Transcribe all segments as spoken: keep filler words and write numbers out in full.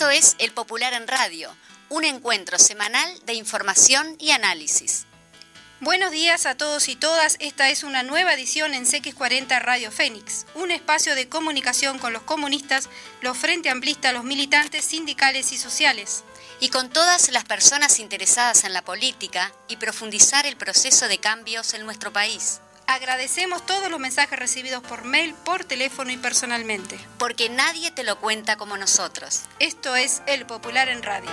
Esto es El Popular en Radio, un encuentro semanal de información y análisis. Buenos días a todos y todas, esta es una nueva edición en C X cuarenta Radio Fénix, un espacio de comunicación con los comunistas, los frente amplistas, los militantes sindicales y sociales. Y con todas las personas interesadas en la política y profundizar el proceso de cambios en nuestro país. Agradecemos todos los mensajes recibidos por mail, por teléfono y personalmente. Porque nadie te lo cuenta como nosotros. Esto es El Popular en Radio.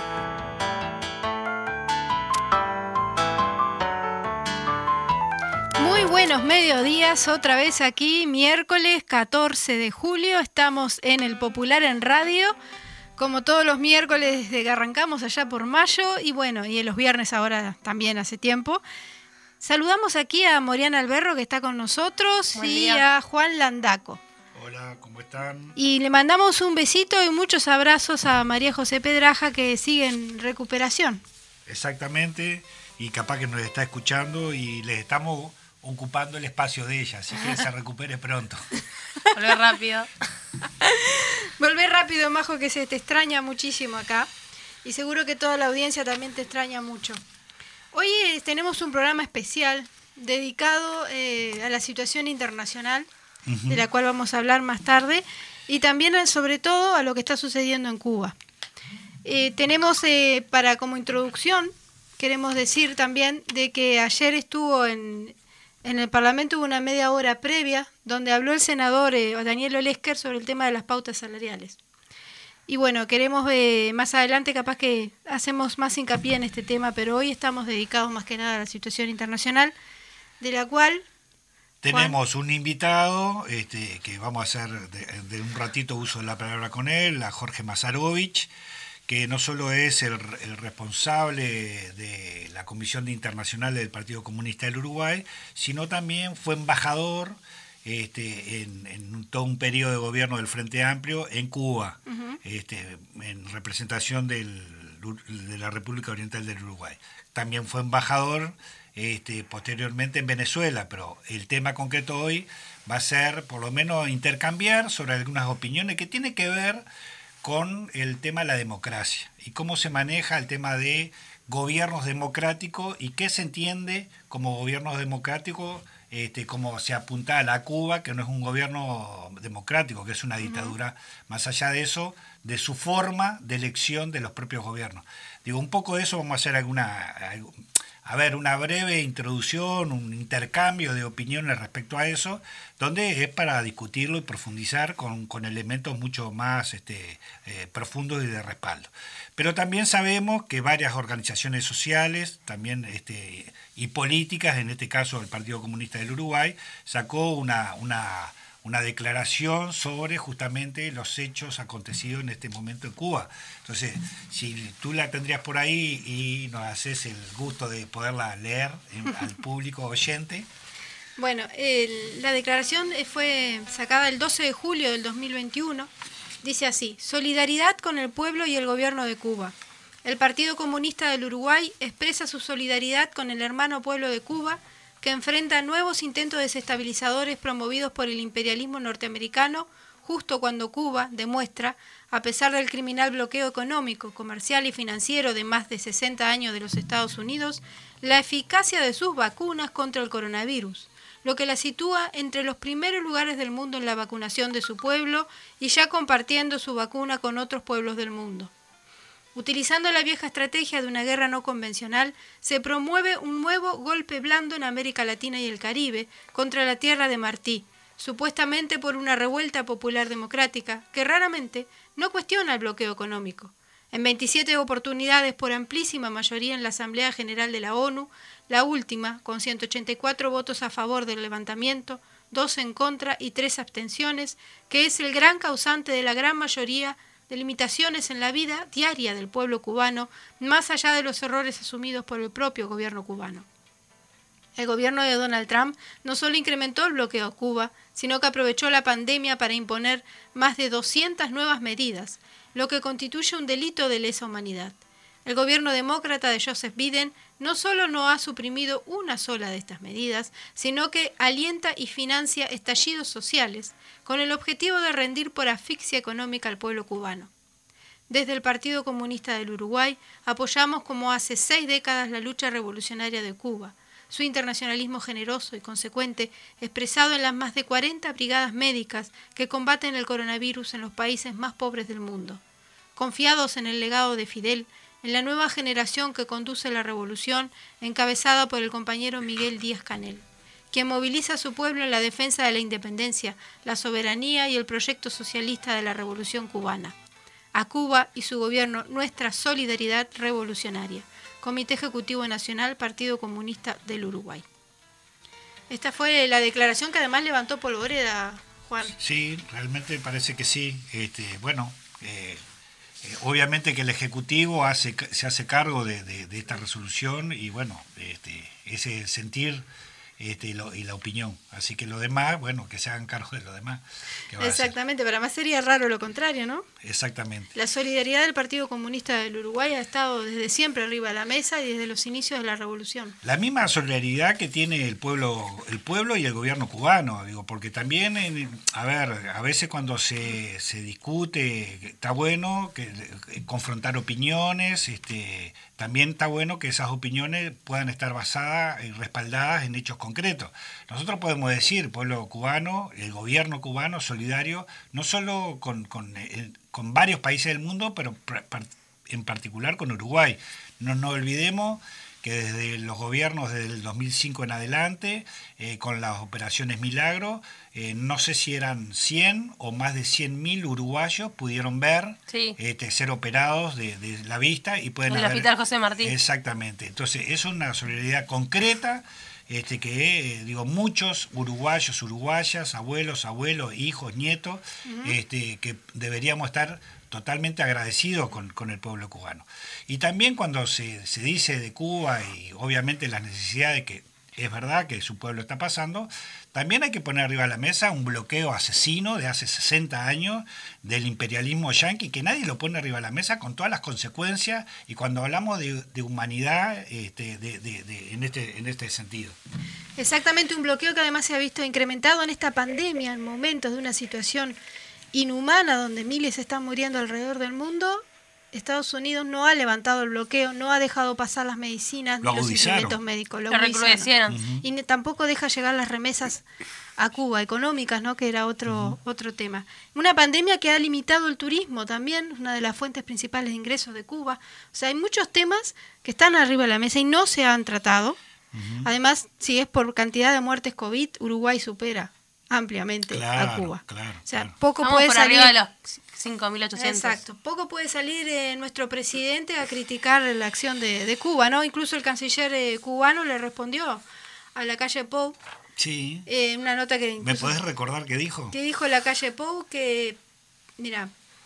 Muy buenos mediodías, otra vez aquí, miércoles catorce de julio, estamos en El Popular en Radio, como todos los miércoles desde que arrancamos allá por mayo, y bueno, y en los viernes ahora también hace tiempo. Saludamos aquí a Moriana Alberro, que está con nosotros, Buen y día. A Juan Landaco. Hola, ¿cómo están? Y le mandamos un besito y muchos abrazos a María José Pedraja, que sigue en recuperación. Exactamente, y capaz que nos está escuchando y les estamos ocupando el espacio de ella, así que se recupere pronto. Volver rápido. Volver rápido, Majo, que se te extraña muchísimo acá. Y seguro que toda la audiencia también te extraña mucho. Hoy eh, tenemos un programa especial dedicado eh, a la situación internacional, uh-huh. de la cual vamos a hablar más tarde, y también eh, sobre todo a lo que está sucediendo en Cuba. Eh, tenemos eh, para como introducción, queremos decir también de que ayer estuvo en, en el Parlamento, hubo una media hora previa, donde habló el senador eh, Daniel Olesker sobre el tema de las pautas salariales. Y bueno, queremos eh, más adelante capaz que hacemos más hincapié en este tema, pero hoy estamos dedicados más que nada a la situación internacional, de la cual... Tenemos Juan. un invitado este, que vamos a hacer de, de un ratito uso de la palabra con él, a Jorge Mazarovich, que no solo es el, el responsable de la Comisión Internacional del Partido Comunista del Uruguay, sino también fue embajador Este, en, en todo un periodo de gobierno del Frente Amplio en Cuba, uh-huh. este, en representación del, de la República Oriental del Uruguay. También fue embajador este, posteriormente en Venezuela, pero el tema concreto hoy va a ser por lo menos intercambiar sobre algunas opiniones que tienen que ver con el tema de la democracia y cómo se maneja el tema de gobiernos democráticos y qué se entiende como gobiernos democráticos. Este, como se apuntala a Cuba, que no es un gobierno democrático, que es una dictadura, uh-huh. más allá de eso, de su forma de elección de los propios gobiernos. Digo, un poco de eso vamos a hacer alguna, a ver, una breve introducción, un intercambio de opiniones respecto a eso, donde es para discutirlo y profundizar con, con elementos mucho más este, eh, profundos y de respaldo. Pero también sabemos que varias organizaciones sociales, también este, y políticas, en este caso el Partido Comunista del Uruguay, sacó una, una, una declaración sobre justamente los hechos acontecidos en este momento en Cuba. Entonces, si tú la tendrías por ahí y nos haces el gusto de poderla leer en, al público oyente. Bueno, el, la declaración fue sacada el doce de julio del dos mil veintiuno. Dice así: solidaridad con el pueblo y el gobierno de Cuba. El Partido Comunista del Uruguay expresa su solidaridad con el hermano pueblo de Cuba, que enfrenta nuevos intentos desestabilizadores promovidos por el imperialismo norteamericano, justo cuando Cuba demuestra, a pesar del criminal bloqueo económico, comercial y financiero de más de sesenta años de los Estados Unidos, la eficacia de sus vacunas contra el coronavirus, lo que la sitúa entre los primeros lugares del mundo en la vacunación de su pueblo y ya compartiendo su vacuna con otros pueblos del mundo. Utilizando la vieja estrategia de una guerra no convencional, se promueve un nuevo golpe blando en América Latina y el Caribe contra la tierra de Martí, supuestamente por una revuelta popular democrática que raramente no cuestiona el bloqueo económico. En veintisiete oportunidades por amplísima mayoría en la Asamblea General de la ONU, la última, con ciento ochenta y cuatro votos a favor del levantamiento, dos en contra y tres abstenciones, que es el gran causante de la gran mayoría de limitaciones en la vida diaria del pueblo cubano, más allá de los errores asumidos por el propio gobierno cubano. El gobierno de Donald Trump no solo incrementó el bloqueo a Cuba, sino que aprovechó la pandemia para imponer más de doscientas nuevas medidas, lo que constituye un delito de lesa humanidad. El gobierno demócrata de Joseph Biden no solo no ha suprimido una sola de estas medidas, sino que alienta y financia estallidos sociales con el objetivo de rendir por asfixia económica al pueblo cubano. Desde el Partido Comunista del Uruguay apoyamos como hace seis décadas la lucha revolucionaria de Cuba, su internacionalismo generoso y consecuente expresado en las más de cuarenta brigadas médicas que combaten el coronavirus en los países más pobres del mundo. Confiados en el legado de Fidel, en la nueva generación que conduce la revolución, encabezada por el compañero Miguel Díaz-Canel, quien moviliza a su pueblo en la defensa de la independencia, la soberanía y el proyecto socialista de la revolución cubana. A Cuba y su gobierno, nuestra solidaridad revolucionaria. Comité Ejecutivo Nacional, Partido Comunista del Uruguay. Esta fue la declaración que además levantó polvoreda, Juan. Sí, realmente parece que sí. Este, bueno, eh, eh, obviamente que el Ejecutivo hace, se hace cargo de, de, de esta resolución y bueno, este, ese sentir este, y, lo, y la opinión. Así que lo demás, bueno, que se hagan cargo de lo demás. Exactamente, pero además sería raro lo contrario, ¿no? Exactamente. La solidaridad del Partido Comunista del Uruguay ha estado desde siempre arriba de la mesa y desde los inicios de la revolución. La misma solidaridad que tiene el pueblo, el pueblo y el gobierno cubano, digo, porque también, en, a ver, a veces cuando se, se discute, está bueno que, que confrontar opiniones, este, también está bueno que esas opiniones puedan estar basadas y respaldadas en hechos concretos. Nosotros podemos decir, pueblo cubano, el gobierno cubano solidario, no solo con, con, con varios países del mundo, pero en particular con Uruguay. No nos olvidemos que desde los gobiernos del dos mil cinco en adelante, eh, con las operaciones Milagro, eh, no sé si eran cien o más de cien mil uruguayos pudieron ver, sí. este, ser operados de, de la vista y pueden en el haber, Hospital José Martí. Exactamente. Entonces, es una solidaridad concreta. Este, que eh, digo muchos uruguayos, uruguayas, abuelos, abuelos, hijos, nietos, uh-huh. este, que deberíamos estar totalmente agradecidos con, con el pueblo cubano. Y también cuando se, se dice de Cuba y obviamente las necesidades que es verdad que su pueblo está pasando, también hay que poner arriba de la mesa un bloqueo asesino de hace sesenta años del imperialismo yanqui, que nadie lo pone arriba de la mesa con todas las consecuencias, y cuando hablamos de, de humanidad este, de, de, de, en, este, en este sentido. Exactamente, un bloqueo que además se ha visto incrementado en esta pandemia, en momentos de una situación inhumana donde miles están muriendo alrededor del mundo. Estados Unidos no ha levantado el bloqueo, no ha dejado pasar las medicinas ni los instrumentos médicos. Lo, lo recrudecieron. Uh-huh. Y tampoco deja llegar las remesas a Cuba, económicas, ¿no? Que era otro, uh-huh. otro tema. Una pandemia que ha limitado el turismo también, una de las fuentes principales de ingresos de Cuba. O sea, hay muchos temas que están arriba de la mesa y no se han tratado. Uh-huh. Además, si es por cantidad de muertes COVID, Uruguay supera ampliamente claro, a Cuba. Claro, o sea, claro. poco Vamos puede por salir... arriba de los cinco mil ochocientos. Exacto. Poco puede salir eh, nuestro presidente a criticar la acción de, de Cuba, ¿no? Incluso el canciller eh, cubano le respondió a la calle Pou. Sí. Eh, una nota que... ¿Me podés recordar qué dijo? Que dijo la calle Pou que, mira,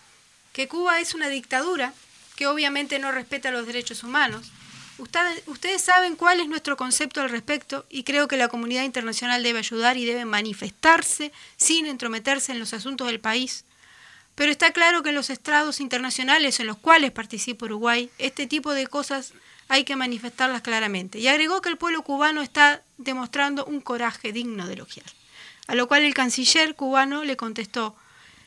que Cuba es una dictadura que obviamente no respeta los derechos humanos. Ustedes, ustedes saben cuál es nuestro concepto al respecto y creo que la comunidad internacional debe ayudar y debe manifestarse sin entrometerse en los asuntos del país. Pero está claro que en los estrados internacionales en los cuales participa Uruguay, este tipo de cosas hay que manifestarlas claramente. Y agregó que el pueblo cubano está demostrando un coraje digno de elogiar. A lo cual el canciller cubano le contestó: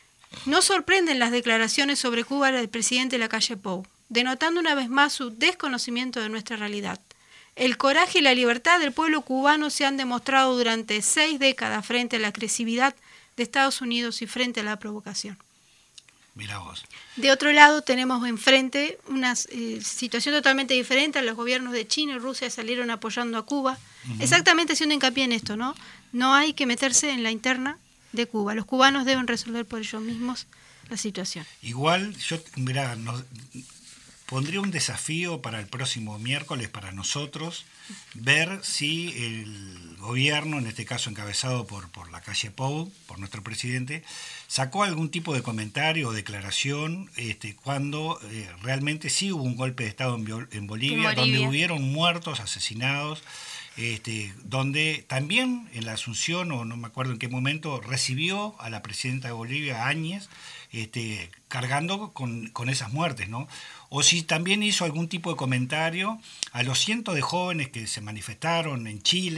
no sorprenden las declaraciones sobre Cuba del presidente Lacalle Pou, denotando una vez más su desconocimiento de nuestra realidad. El coraje y la libertad del pueblo cubano se han demostrado durante seis décadas frente a la agresividad de Estados Unidos y frente a la provocación. Mirá vos. De otro lado, tenemos enfrente una eh, situación totalmente diferente. Los gobiernos de China y Rusia salieron apoyando a Cuba, uh-huh. exactamente haciendo hincapié en esto, ¿no? No hay que meterse en la interna de Cuba. Los cubanos deben resolver por ellos mismos la situación. Igual, yo, mirá, nos, pondría un desafío para el próximo miércoles para nosotros, ver si el gobierno, en este caso encabezado por, por la calle Pou, por nuestro presidente, sacó algún tipo de comentario o declaración este, cuando eh, realmente sí hubo un golpe de Estado en, Bolivia, en Bolivia, donde hubieron muertos, asesinados, este, donde también en la Asunción, o no me acuerdo en qué momento, recibió a la presidenta de Bolivia, Áñez, este, cargando con, con esas muertes, ¿no? O si también hizo algún tipo de comentario a los cientos de jóvenes que se manifestaron en Chile,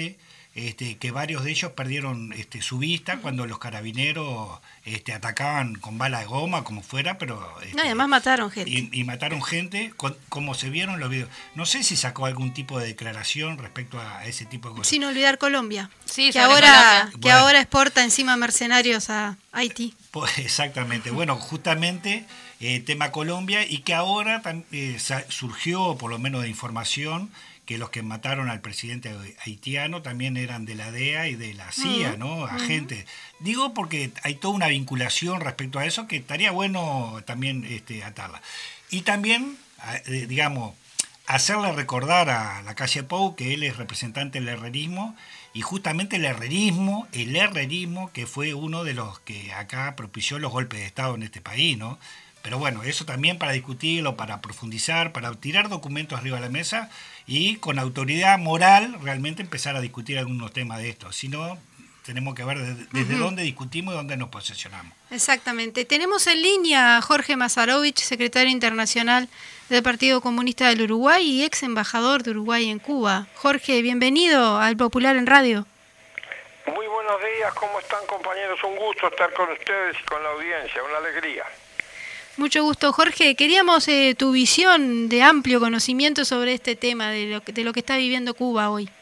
este, que varios de ellos perdieron este, su vista cuando los carabineros este, atacaban con bala de goma, como fuera, pero... Este, no, y además mataron gente. Y, y mataron gente, con, como se vieron los videos. No sé si sacó algún tipo de declaración respecto a ese tipo de cosas. Sin olvidar Colombia, Sí, que, sobre ahora, Colombia. que Bueno. ahora exporta encima mercenarios a Haití. Pues, exactamente. Bueno, justamente eh, tema Colombia, y que ahora tam- eh, sa- surgió, por lo menos de información, que los que mataron al presidente haitiano también eran de la D E A y de la C I A, ¿no? Agentes. Digo porque hay toda una vinculación respecto a eso que estaría bueno también este, atarla. Y también, eh, digamos, hacerle recordar a la calle Pou que él es representante del herrerismo, y justamente el herrerismo, el herrerismo que fue uno de los que acá propició los golpes de Estado en este país, ¿no? Pero bueno, eso también para discutirlo, para profundizar, para tirar documentos arriba de la mesa y con autoridad moral realmente empezar a discutir algunos temas de esto. Si no, tenemos que ver desde, desde Ujú. dónde discutimos y dónde nos posicionamos. Exactamente. Tenemos en línea a Jorge Masarovich, secretario internacional del Partido Comunista del Uruguay y ex embajador de Uruguay en Cuba. Jorge, bienvenido al Popular en Radio. Muy buenos días, ¿cómo están, compañeros? Un gusto estar con ustedes y con la audiencia, una alegría. Mucho gusto, Jorge. Queríamos eh, tu visión de amplio conocimiento sobre este tema, de lo, que- de lo que está viviendo Cuba hoy.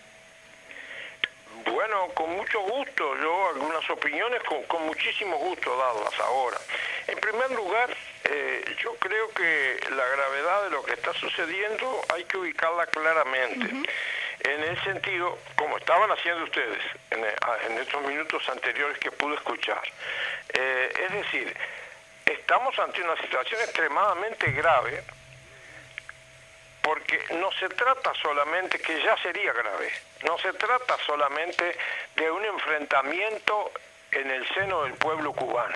Bueno, con mucho gusto, yo algunas opiniones con, con muchísimo gusto darlas ahora. En primer lugar, eh, yo creo que la gravedad de lo que está sucediendo hay que ubicarla claramente. Uh-huh. En el sentido, como estaban haciendo ustedes en, en estos minutos anteriores que pude escuchar. Eh, es decir, estamos ante una situación extremadamente grave, porque no se trata solamente, que ya sería grave, no se trata solamente de un enfrentamiento en el seno del pueblo cubano,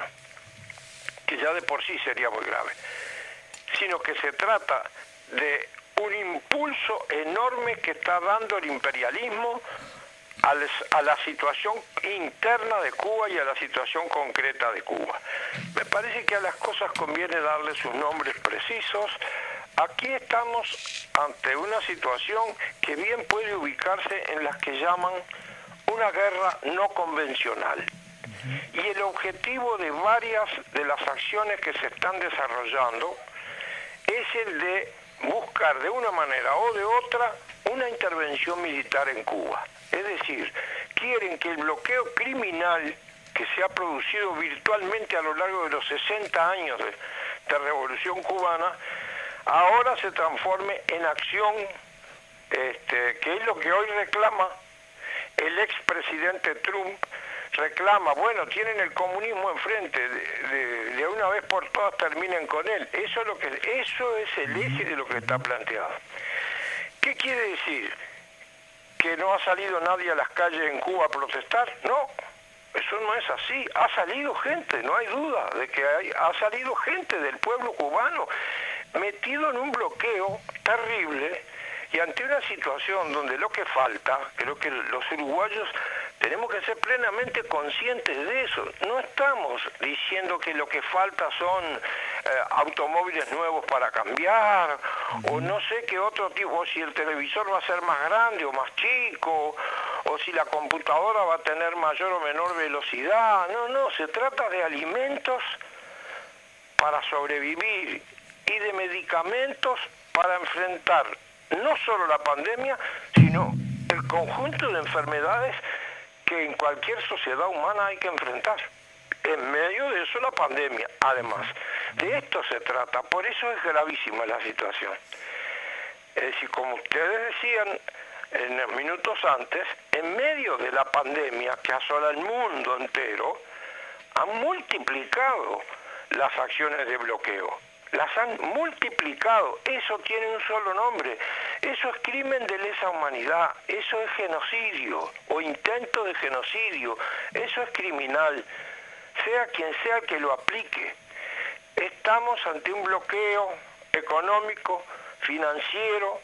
que ya de por sí sería muy grave, sino que se trata de un impulso enorme que está dando el imperialismo a, les, a la situación interna de Cuba y a la situación concreta de Cuba. Me parece que a las cosas conviene darle sus nombres precisos. Aquí estamos ante una situación que bien puede ubicarse en las que llaman una guerra no convencional. Y el objetivo de varias de las acciones que se están desarrollando es el de buscar de una manera o de otra una intervención militar en Cuba. Es decir, quieren que el bloqueo criminal que se ha producido virtualmente a lo largo de los sesenta años de, de Revolución Cubana ahora se transforme en acción, este, que es lo que hoy reclama el expresidente Trump. Reclama, bueno, tienen el comunismo enfrente, de, de, de una vez por todas terminen con él. Eso es lo que, eso es el eje de lo que está planteado. ¿Qué quiere decir? ¿Que no ha salido nadie a las calles en Cuba a protestar? No, eso no es así. Ha salido gente, no hay duda de que hay, ha salido gente del pueblo cubano metido en un bloqueo terrible y ante una situación donde lo que falta, creo que los uruguayos tenemos que ser plenamente conscientes de eso. No estamos diciendo que lo que falta son eh, automóviles nuevos para cambiar, uh-huh. o no sé qué otro tipo, o si el televisor va a ser más grande o más chico, o si la computadora va a tener mayor o menor velocidad. No, no, se trata de alimentos para sobrevivir y de medicamentos para enfrentar no solo la pandemia, sino el conjunto de enfermedades que en cualquier sociedad humana hay que enfrentar. En medio de eso la pandemia, además. De esto se trata, por eso es gravísima la situación. Es decir, como ustedes decían en los minutos antes, en medio de la pandemia que asola el mundo entero, han multiplicado las acciones de bloqueo. Las han multiplicado, eso tiene un solo nombre, eso es crimen de lesa humanidad, eso es genocidio o intento de genocidio, eso es criminal, sea quien sea el que lo aplique. Estamos ante un bloqueo económico, financiero,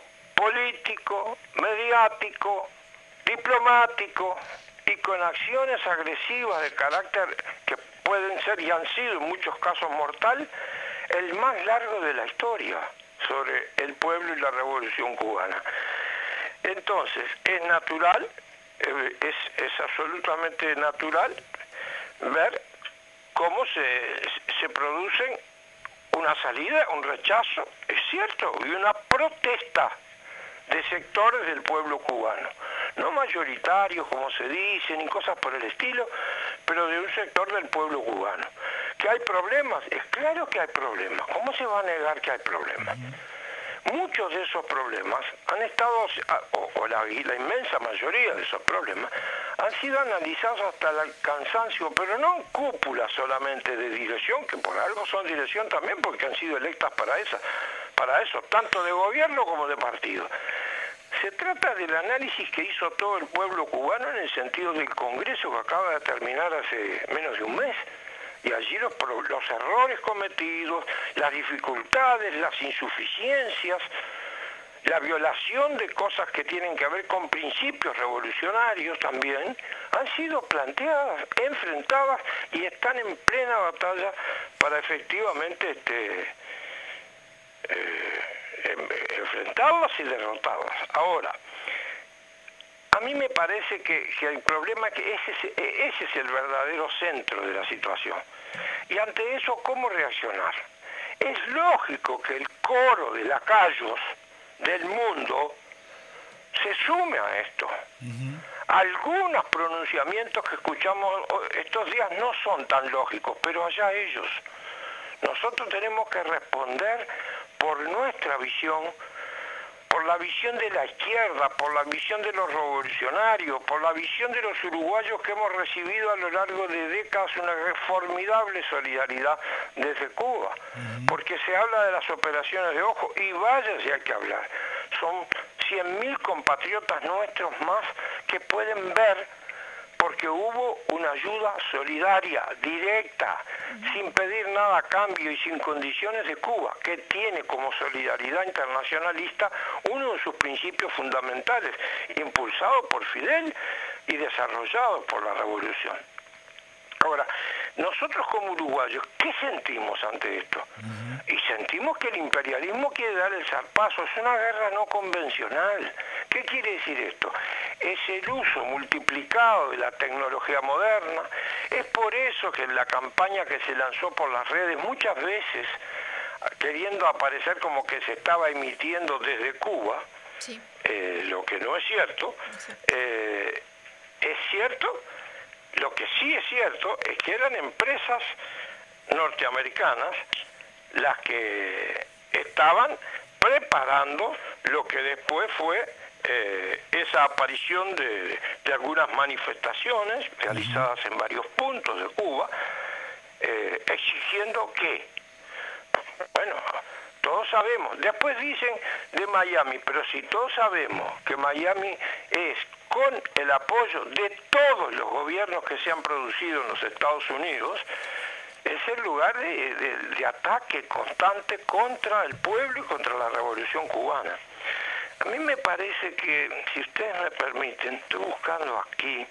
político, mediático, diplomático y con acciones agresivas de carácter que pueden ser y han sido en muchos casos mortal, el más largo de la historia sobre el pueblo y la revolución cubana. Entonces, es natural eh, es, es absolutamente natural ver cómo se, se producen una salida, un rechazo, es cierto, y una protesta de sectores del pueblo cubano, no mayoritarios como se dice, ni cosas por el estilo, pero de un sector del pueblo cubano. ¿Que hay problemas? Es claro que hay problemas. ¿Cómo se va a negar que hay problemas? Muchos de esos problemas han estado, o, o la, la inmensa mayoría de esos problemas, han sido analizados hasta el cansancio, pero no en cúpula solamente de dirección, que por algo son dirección también porque han sido electas para, esa, para eso, tanto de gobierno como de partido. Se trata del análisis que hizo todo el pueblo cubano en el sentido del Congreso que acaba de terminar hace menos de un mes. Y allí los, los errores cometidos, las dificultades, las insuficiencias, la violación de cosas que tienen que ver con principios revolucionarios también, han sido planteadas, enfrentadas y están en plena batalla para efectivamente este, eh, enfrentarlas y derrotarlas. Ahora, a mí me parece que, que el problema es que ese, ese es el verdadero centro de la situación. Y ante eso, ¿cómo reaccionar? Es lógico que el coro de lacayos del mundo se sume a esto. Uh-huh. Algunos pronunciamientos que escuchamos estos días no son tan lógicos, pero allá ellos. Nosotros tenemos que responder por nuestra visión, por la visión de la izquierda, por la visión de los revolucionarios, por la visión de los uruguayos que hemos recibido a lo largo de décadas una formidable solidaridad desde Cuba, uh-huh. porque se habla de las operaciones de ojo, y vaya si hay que hablar. Son cien mil compatriotas nuestros más que pueden ver porque hubo una ayuda solidaria, directa, uh-huh. sin pedir nada a cambio y sin condiciones de Cuba, que tiene como solidaridad internacionalista uno de sus principios fundamentales, impulsado por Fidel y desarrollado por la revolución. Ahora, nosotros como uruguayos, ¿qué sentimos ante esto? Uh-huh. Y sentimos que el imperialismo quiere dar el zarpazo, es una guerra no convencional. ¿Qué quiere decir esto? Es el uso multiplicado de la tecnología moderna. Es por eso que en la campaña que se lanzó por las redes muchas veces, queriendo aparecer como que se estaba emitiendo desde Cuba, sí. eh, lo que no es cierto, eh, es cierto, lo que sí es cierto es que eran empresas norteamericanas las que estaban preparando lo que después fue eh, esa aparición de, de algunas manifestaciones realizadas en varios puntos de Cuba, eh, exigiendo que, bueno, todos sabemos, después dicen de Miami, pero si todos sabemos que Miami es con el apoyo de todos los gobiernos que se han producido en los Estados Unidos, es el lugar de, de, de ataque constante contra el pueblo y contra la revolución cubana. A mí me parece que, si ustedes me permiten, estoy buscando aquí,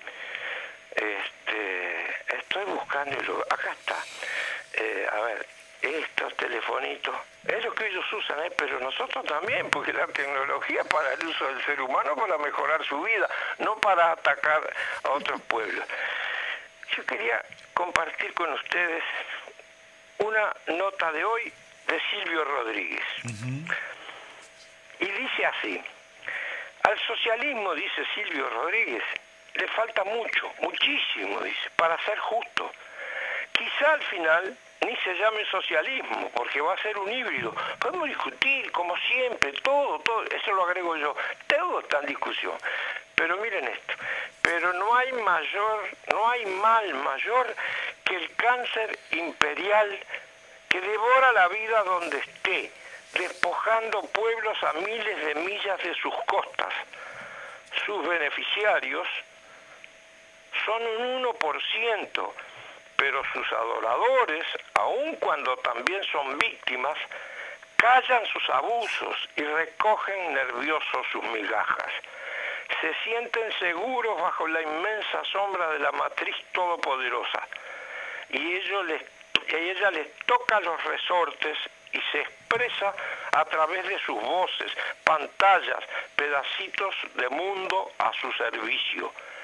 este, estoy buscando, acá está, eh, a ver, estos telefonitos, es lo que ellos usan, ¿eh? Pero nosotros también, porque la tecnología para el uso del ser humano, para mejorar su vida, no para atacar a otros pueblos. Yo quería compartir con ustedes una nota de hoy de Silvio Rodríguez. Uh-huh. Y dice así: al socialismo, dice Silvio Rodríguez, le falta mucho, muchísimo, dice, para ser justo. Quizá al final ni se llame socialismo, porque va a ser un híbrido. Podemos discutir, como siempre, todo, todo, eso lo agrego yo, todo está en discusión. Pero miren esto, pero no hay mayor, no hay mal mayor que el cáncer imperial que devora la vida donde esté, despojando pueblos a miles de millas de sus costas. Sus beneficiarios son un uno por ciento, pero sus adoradores, aun cuando también son víctimas, callan sus abusos y recogen nerviosos sus migajas. Se sienten seguros bajo la inmensa sombra de la matriz todopoderosa, y, ellos les, y ella les toca los resortes y se expresa a través de sus voces, pantallas, pedacitos de mundo a su servicio.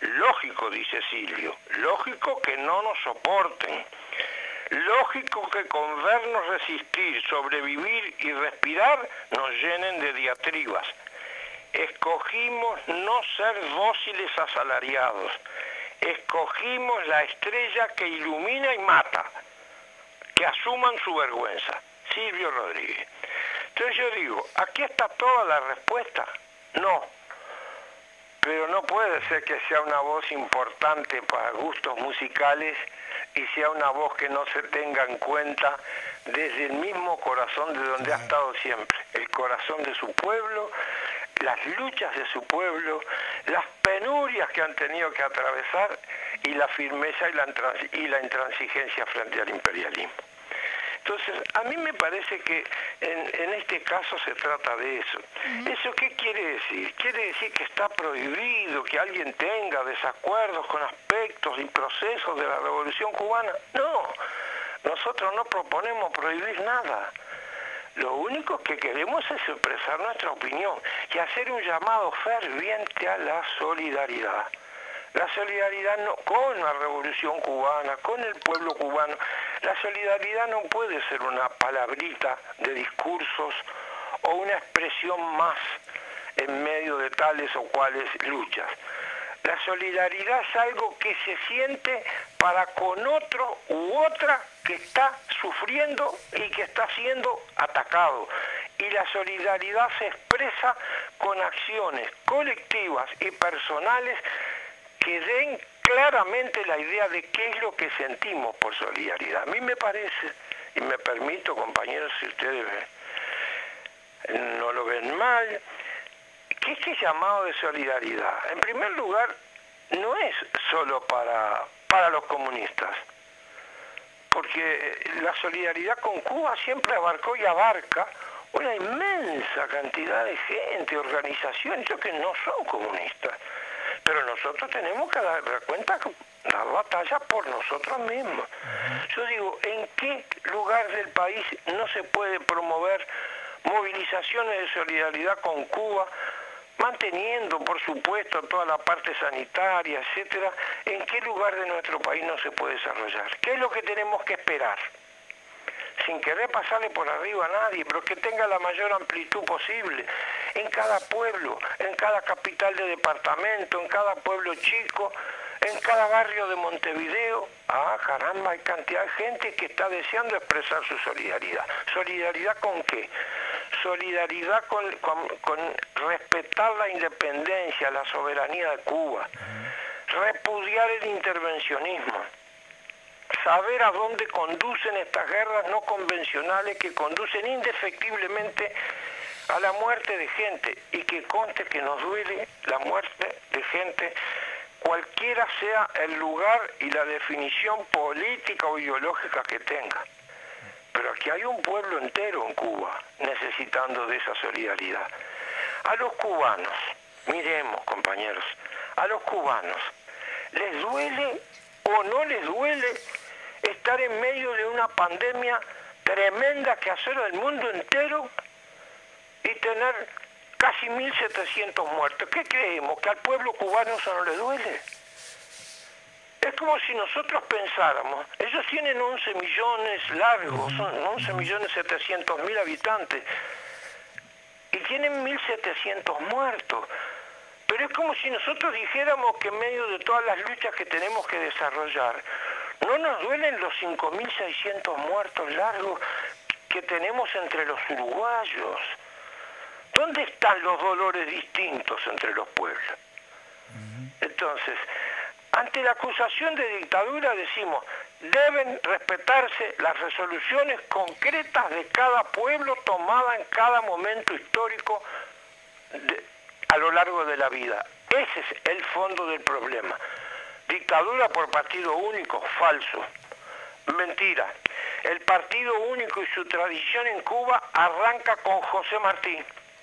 Lógico, dice Silvio, lógico que no nos soporten. Lógico que con vernos resistir, sobrevivir y respirar nos llenen de diatribas. Escogimos no ser dóciles asalariados. Escogimos la estrella que ilumina y mata. Que asuman su vergüenza. Silvio Rodríguez. Entonces yo digo, ¿aquí está toda la respuesta? No. Pero no puede ser que sea una voz importante para gustos musicales y sea una voz que no se tenga en cuenta desde el mismo corazón de donde ha estado siempre, el corazón de su pueblo, las luchas de su pueblo, las penurias que han tenido que atravesar y la firmeza y la, y la intransigencia frente al imperialismo. Entonces, a mí me parece que en, en este caso se trata de eso. Uh-huh. ¿Eso qué quiere decir? Quiere decir que está prohibido que alguien tenga desacuerdos con aspectos y procesos de la Revolución Cubana. No, nosotros no proponemos prohibir nada. Lo único que queremos es expresar nuestra opinión y hacer un llamado ferviente a la solidaridad. La solidaridad no, con la Revolución Cubana, con el pueblo cubano. La solidaridad no puede ser una palabrita de discursos o una expresión más en medio de tales o cuales luchas. La solidaridad es algo que se siente para con otro u otra que está sufriendo y que está siendo atacado. Y la solidaridad se expresa con acciones colectivas y personales que den claramente la idea de qué es lo que sentimos por solidaridad. A mí me parece, y me permito, compañeros, si ustedes no lo ven mal, que este llamado de solidaridad, en primer lugar, no es solo para, para los comunistas, porque la solidaridad con Cuba siempre abarcó y abarca una inmensa cantidad de gente, organizaciones, que no son comunistas. Pero nosotros tenemos que dar cuenta, dar batalla por nosotros mismos. Yo digo, ¿en qué lugar del país no se puede promover movilizaciones de solidaridad con Cuba, manteniendo, por supuesto, toda la parte sanitaria, etcétera? ¿En qué lugar de nuestro país no se puede desarrollar? ¿Qué es lo que tenemos que esperar? Sin querer pasarle por arriba a nadie, pero que tenga la mayor amplitud posible, en cada pueblo, en cada capital de departamento, en cada pueblo chico, en cada barrio de Montevideo. Ah, caramba, hay cantidad de gente que está deseando expresar su solidaridad. ¿Solidaridad con qué? Solidaridad con, con, con respetar la independencia, la soberanía de Cuba, repudiar el intervencionismo, saber a dónde conducen estas guerras no convencionales que conducen indefectiblemente a la muerte de gente, y que conste que nos duele la muerte de gente, cualquiera sea el lugar y la definición política o ideológica que tenga. Pero aquí hay un pueblo entero en Cuba necesitando de esa solidaridad. A los cubanos, miremos, compañeros, a los cubanos, ¿les duele o no les duele estar en medio de una pandemia tremenda que asola el mundo entero y tener casi mil setecientos muertos? ¿Qué creemos? ¿Que al pueblo cubano eso no le duele? Es como si nosotros pensáramos, ellos tienen once millones largos, son once millones setecientos mil habitantes, y tienen mil setecientos muertos. Pero es como si nosotros dijéramos que en medio de todas las luchas que tenemos que desarrollar, no nos duelen los cinco mil seiscientos muertos largos que tenemos entre los uruguayos. ¿Dónde están los dolores distintos entre los pueblos? Entonces, ante la acusación de dictadura decimos, deben respetarse las resoluciones concretas de cada pueblo tomada en cada momento histórico de, a lo largo de la vida. Ese es el fondo del problema. Dictadura por partido único, falso. Mentira. El partido único y su tradición en Cuba arranca con José Martí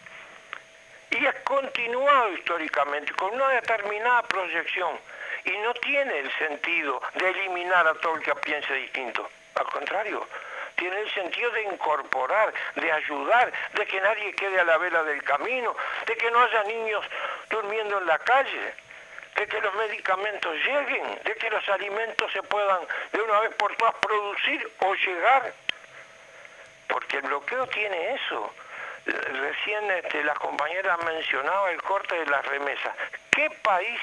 y es continuado históricamente con una determinada proyección, y no tiene el sentido de eliminar a todo el que piense distinto. Al contrario, tiene el sentido de incorporar, de ayudar, de que nadie quede a la vela del camino, de que no haya niños durmiendo en la calle, de que los medicamentos lleguen, de que los alimentos se puedan de una vez por todas producir o llegar, porque el bloqueo tiene eso. Recién este, la compañera mencionaba el corte de las remesas. ¿Qué país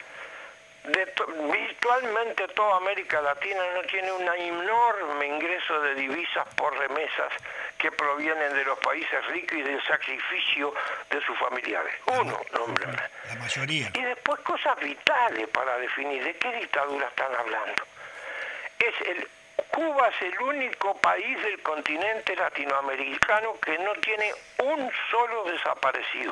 de to virtualmente toda América Latina no tiene un enorme ingreso de divisas por remesas que provienen de los países ricos y del sacrificio de sus familiares? Uno, nómbrame. La mayoría. Y después cosas vitales para definir de qué dictadura están hablando. Es el Cuba es el único país del continente latinoamericano que no tiene un solo desaparecido.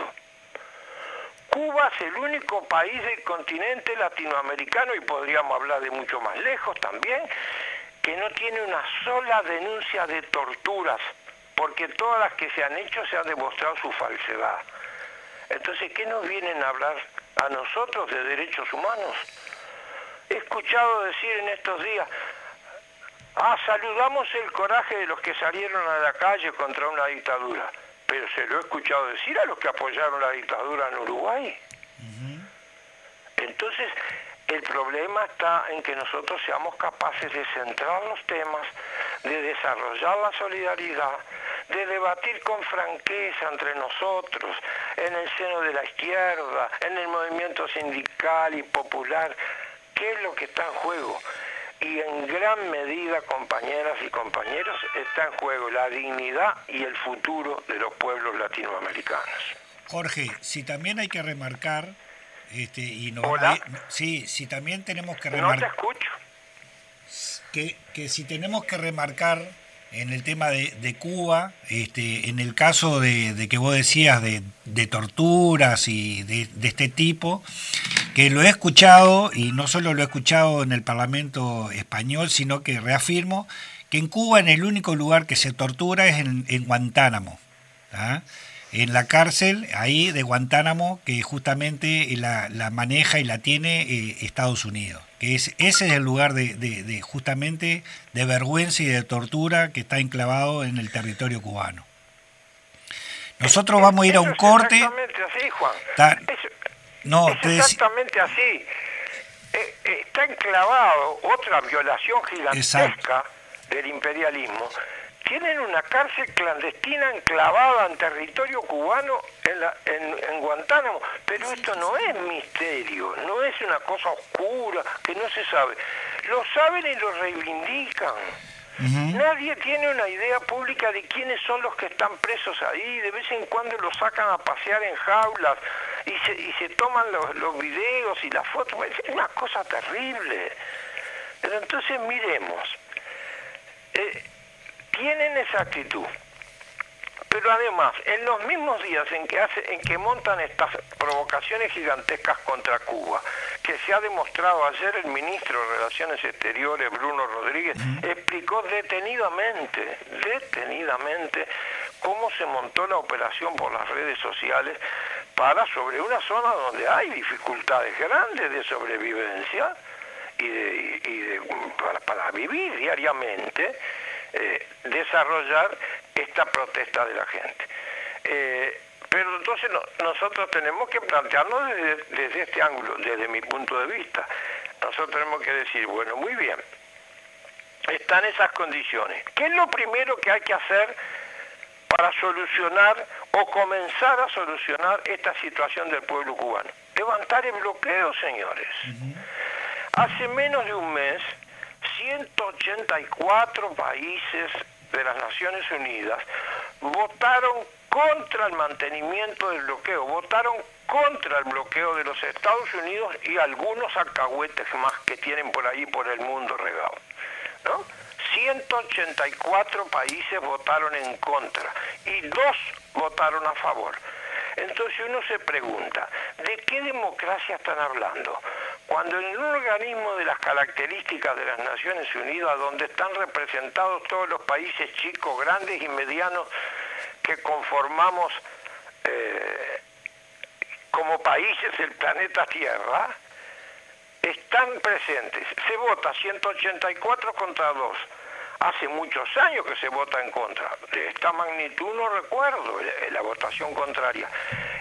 Cuba es el único país del continente latinoamericano, y podríamos hablar de mucho más lejos también, que no tiene una sola denuncia de torturas, porque todas las que se han hecho se ha demostrado su falsedad. Entonces, ¿qué nos vienen a hablar a nosotros de derechos humanos? He escuchado decir en estos días, ah, saludamos el coraje de los que salieron a la calle contra una dictadura. Pero se lo he escuchado decir a los que apoyaron la dictadura en Uruguay. Uh-huh. Entonces, el problema está en que nosotros seamos capaces de centrar los temas, de desarrollar la solidaridad, de debatir con franqueza entre nosotros, en el seno de la izquierda, en el movimiento sindical y popular, qué es lo que está en juego. Y en gran medida, compañeras y compañeros, está en juego la dignidad y el futuro de los pueblos latinoamericanos. Jorge, si también hay que remarcar, este, y no, Hola. Hay, sí, si también tenemos que remarcar, no te escucho, que, que si tenemos que remarcar en el tema de, de Cuba, este, en el caso de, de que vos decías de, de torturas y de, de este tipo, que lo he escuchado, y no solo lo he escuchado en el Parlamento español, sino que reafirmo que en Cuba en el único lugar que se tortura es en, en Guantánamo, ¿ah? En la cárcel ahí de Guantánamo, que justamente la, la maneja y la tiene eh, Estados Unidos, que es ese es el lugar de, de, de justamente de vergüenza y de tortura que está enclavado en el territorio cubano. Nosotros vamos a ir a un corte. Exactamente así, Juan. Está, Eso, no, es te exactamente así. Eh, eh, está enclavado otra violación gigantesca Exacto. del imperialismo. Tienen una cárcel clandestina enclavada en territorio cubano en, la, en, en Guantánamo, pero esto no es misterio, no es una cosa oscura que no se sabe. Lo saben y lo reivindican. Uh-huh. Nadie tiene una idea pública de quiénes son los que están presos ahí. De vez en cuando los sacan a pasear en jaulas y se, y se toman los, los videos y las fotos. Es una cosa terrible. Pero entonces miremos. Eh, tienen esa actitud. Pero además, en los mismos días en que, hace, en que montan estas provocaciones gigantescas contra Cuba, que se ha demostrado ayer, el ministro de Relaciones Exteriores, Bruno Rodríguez, explicó detenidamente, detenidamente, cómo se montó la operación por las redes sociales para sobre una zona donde hay dificultades grandes de sobrevivencia y, de, y de, para, para vivir diariamente, eh, desarrollar esta protesta de la gente. Eh, pero entonces no, nosotros tenemos que plantearnos desde, desde este ángulo, desde mi punto de vista. Nosotros tenemos que decir, bueno, muy bien, están esas condiciones. ¿Qué es lo primero que hay que hacer para solucionar o comenzar a solucionar esta situación del pueblo cubano? Levantar el bloqueo, señores. Uh-huh. Hace menos de un mes, ciento ochenta y cuatro países de las Naciones Unidas votaron contra el mantenimiento del bloqueo, votaron contra el bloqueo de los Estados Unidos y algunos alcahuetes más que tienen por ahí por el mundo regado, ¿no? ciento ochenta y cuatro países votaron en contra y dos votaron a favor. Entonces uno se pregunta, ¿de qué democracia están hablando? Cuando en un organismo de las características de las Naciones Unidas, donde están representados todos los países chicos, grandes y medianos que conformamos eh, como países el planeta Tierra, están presentes. Se vota ciento ochenta y cuatro contra dos. Hace muchos años que se vota en contra. De esta magnitud no recuerdo la votación contraria.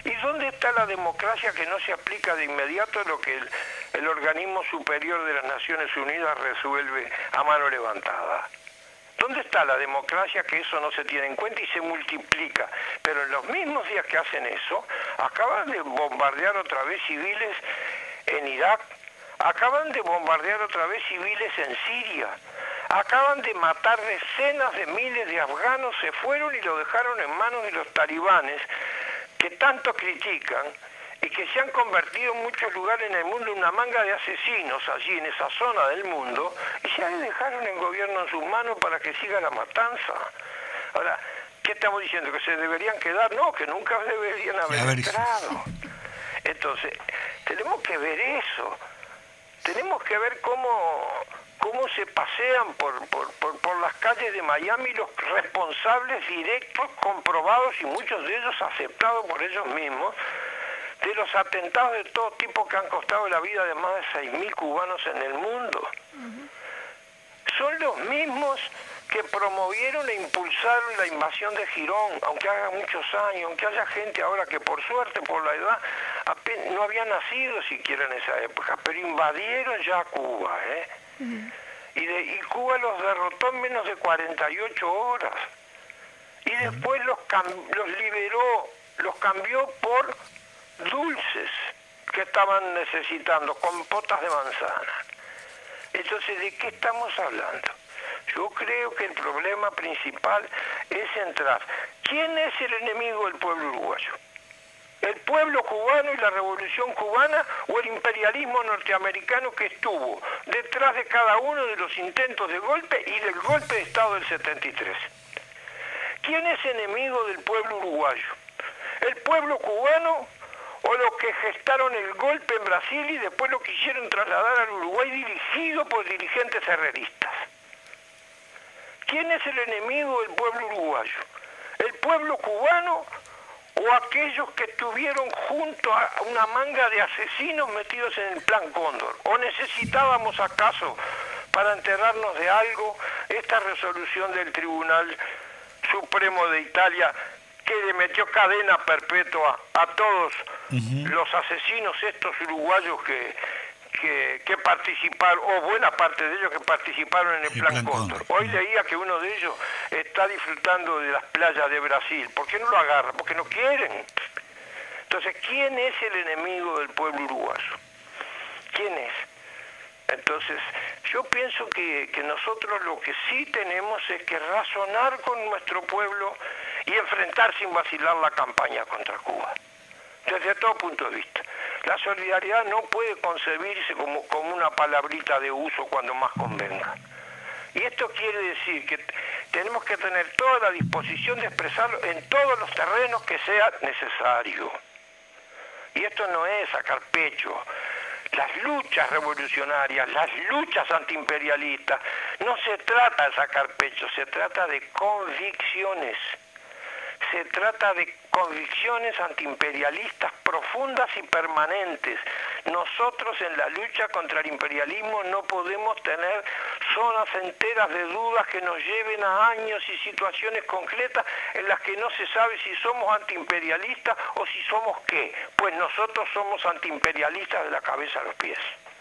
¿Y dónde está la democracia que no se aplica de inmediato lo que el, el organismo superior de las Naciones Unidas resuelve a mano levantada? ¿Dónde está la democracia que eso no se tiene en cuenta y se multiplica? Pero en los mismos días que hacen eso, acaban de bombardear otra vez civiles en Irak, acaban de bombardear otra vez civiles en Siria, acaban de matar decenas de miles de afganos, se fueron y lo dejaron en manos de los talibanes, que tanto critican y que se han convertido en muchos lugares en el mundo en una manga de asesinos allí en esa zona del mundo, y ya le dejaron el gobierno en sus manos para que siga la matanza. Ahora, ¿qué estamos diciendo? ¿Que se deberían quedar? No, que nunca deberían haber entrado. Entonces, tenemos que ver eso. Tenemos que ver cómo, cómo se pasean por, por, por, por las calles de Miami los responsables directos, comprobados y muchos de ellos aceptados por ellos mismos, de los atentados de todo tipo que han costado la vida de más de seis mil cubanos en el mundo. Uh-huh. Son los mismos que promovieron e impulsaron la invasión de Girón, aunque haga muchos años, aunque haya gente ahora que por suerte, por la edad, apenas, no había nacido siquiera en esa época, pero invadieron ya Cuba, ¿eh? Uh-huh. y, de, y Cuba los derrotó en menos de cuarenta y ocho horas. Y después los, cam- los liberó, los cambió por dulces que estaban necesitando, compotas de manzana. Entonces, ¿de qué estamos hablando? Yo creo que el problema principal es centrar. ¿Quién es el enemigo del pueblo uruguayo? ¿El pueblo cubano y la revolución cubana o el imperialismo norteamericano que estuvo detrás de cada uno de los intentos de golpe y del golpe de Estado del setenta y tres? ¿Quién es enemigo del pueblo uruguayo? ¿El pueblo cubano o los que gestaron el golpe en Brasil y después lo quisieron trasladar al Uruguay dirigido por dirigentes herreristas? ¿Quién es el enemigo del pueblo uruguayo? ¿El pueblo cubano o aquellos que estuvieron junto a una manga de asesinos metidos en el Plan Cóndor? ¿O necesitábamos acaso, para enterarnos de algo, esta resolución del Tribunal Supremo de Italia que le metió cadena perpetua a todos uh-huh. los asesinos estos uruguayos que, que, que participaron, o buena parte de ellos que participaron en el, el Plan, plan Cóndor? Hoy uh-huh. leía que uno de ellos está disfrutando de las playas de Brasil. ¿Por qué no lo agarran? Porque no quieren. Entonces, ¿quién es el enemigo del pueblo uruguayo? ¿Quién es? Entonces, yo pienso que, que nosotros lo que sí tenemos es que razonar con nuestro pueblo y enfrentar sin vacilar la campaña contra Cuba, desde todo punto de vista. La solidaridad no puede concebirse como, como una palabrita de uso cuando más convenga. Y esto quiere decir que tenemos que tener toda la disposición de expresarlo en todos los terrenos que sea necesario. Y esto no es sacar pecho. Las luchas revolucionarias, las luchas antiimperialistas, no se trata de sacar pecho, se trata de convicciones. Se trata de convicciones antiimperialistas profundas y permanentes. Nosotros en la lucha contra el imperialismo no podemos tener zonas enteras de dudas que nos lleven a años y situaciones concretas en las que no se sabe si somos antiimperialistas o si somos qué. Pues nosotros somos antiimperialistas de la cabeza a los pies.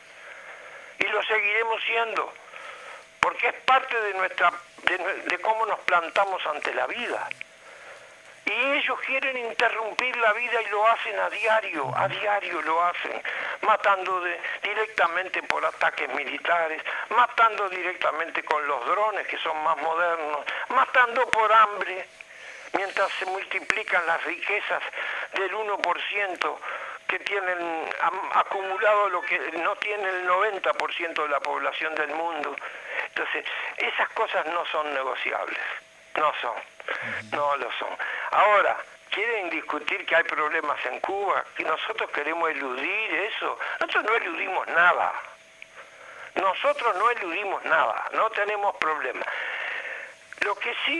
Y lo seguiremos siendo, porque es parte de nuestra, de, de cómo nos plantamos ante la vida. Y ellos quieren interrumpir la vida y lo hacen a diario, a diario lo hacen, matando de, directamente por ataques militares, matando directamente con los drones que son más modernos, matando por hambre, mientras se multiplican las riquezas del uno por ciento que tienen acumulado lo que no tiene el noventa por ciento de la población del mundo. Entonces, esas cosas no son negociables. No son, no lo son. Ahora, ¿quieren discutir que hay problemas en Cuba? ¿Que nosotros queremos eludir eso? Nosotros no eludimos nada. Nosotros no eludimos nada, no tenemos problemas. Lo que sí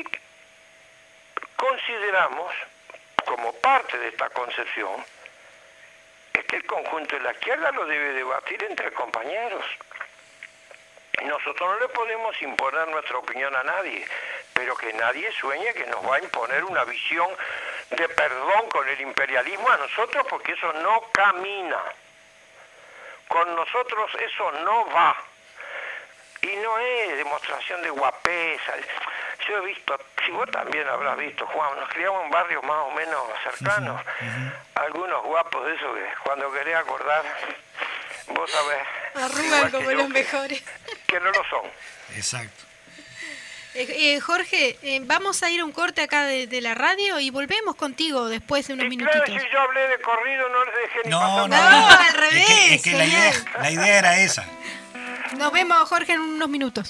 consideramos, como parte de esta concepción, es que el conjunto de la izquierda lo debe debatir entre compañeros. Nosotros no le podemos imponer nuestra opinión a nadie, pero que nadie sueñe que nos va a imponer una visión de perdón con el imperialismo a nosotros, porque eso no camina. Con nosotros eso no va. Y no es demostración de guapesa. Yo he visto, si vos también habrás visto, Juan, nos criamos en barrios más o menos cercanos. Uh-huh, uh-huh. Algunos guapos de esos que cuando querés acordar, vos sabés. Arrugan como yo, los mejores. Que no lo son. Exacto. Eh, eh, Jorge, eh, vamos a ir a un corte acá de, de la radio y volvemos contigo después de unos y minutitos. Claro, si yo hablé de corrido, no les dejé ni no, pasar. No, no, no, al revés. Es que, es que la, idea, la idea era esa. Nos vemos, Jorge, en unos minutos.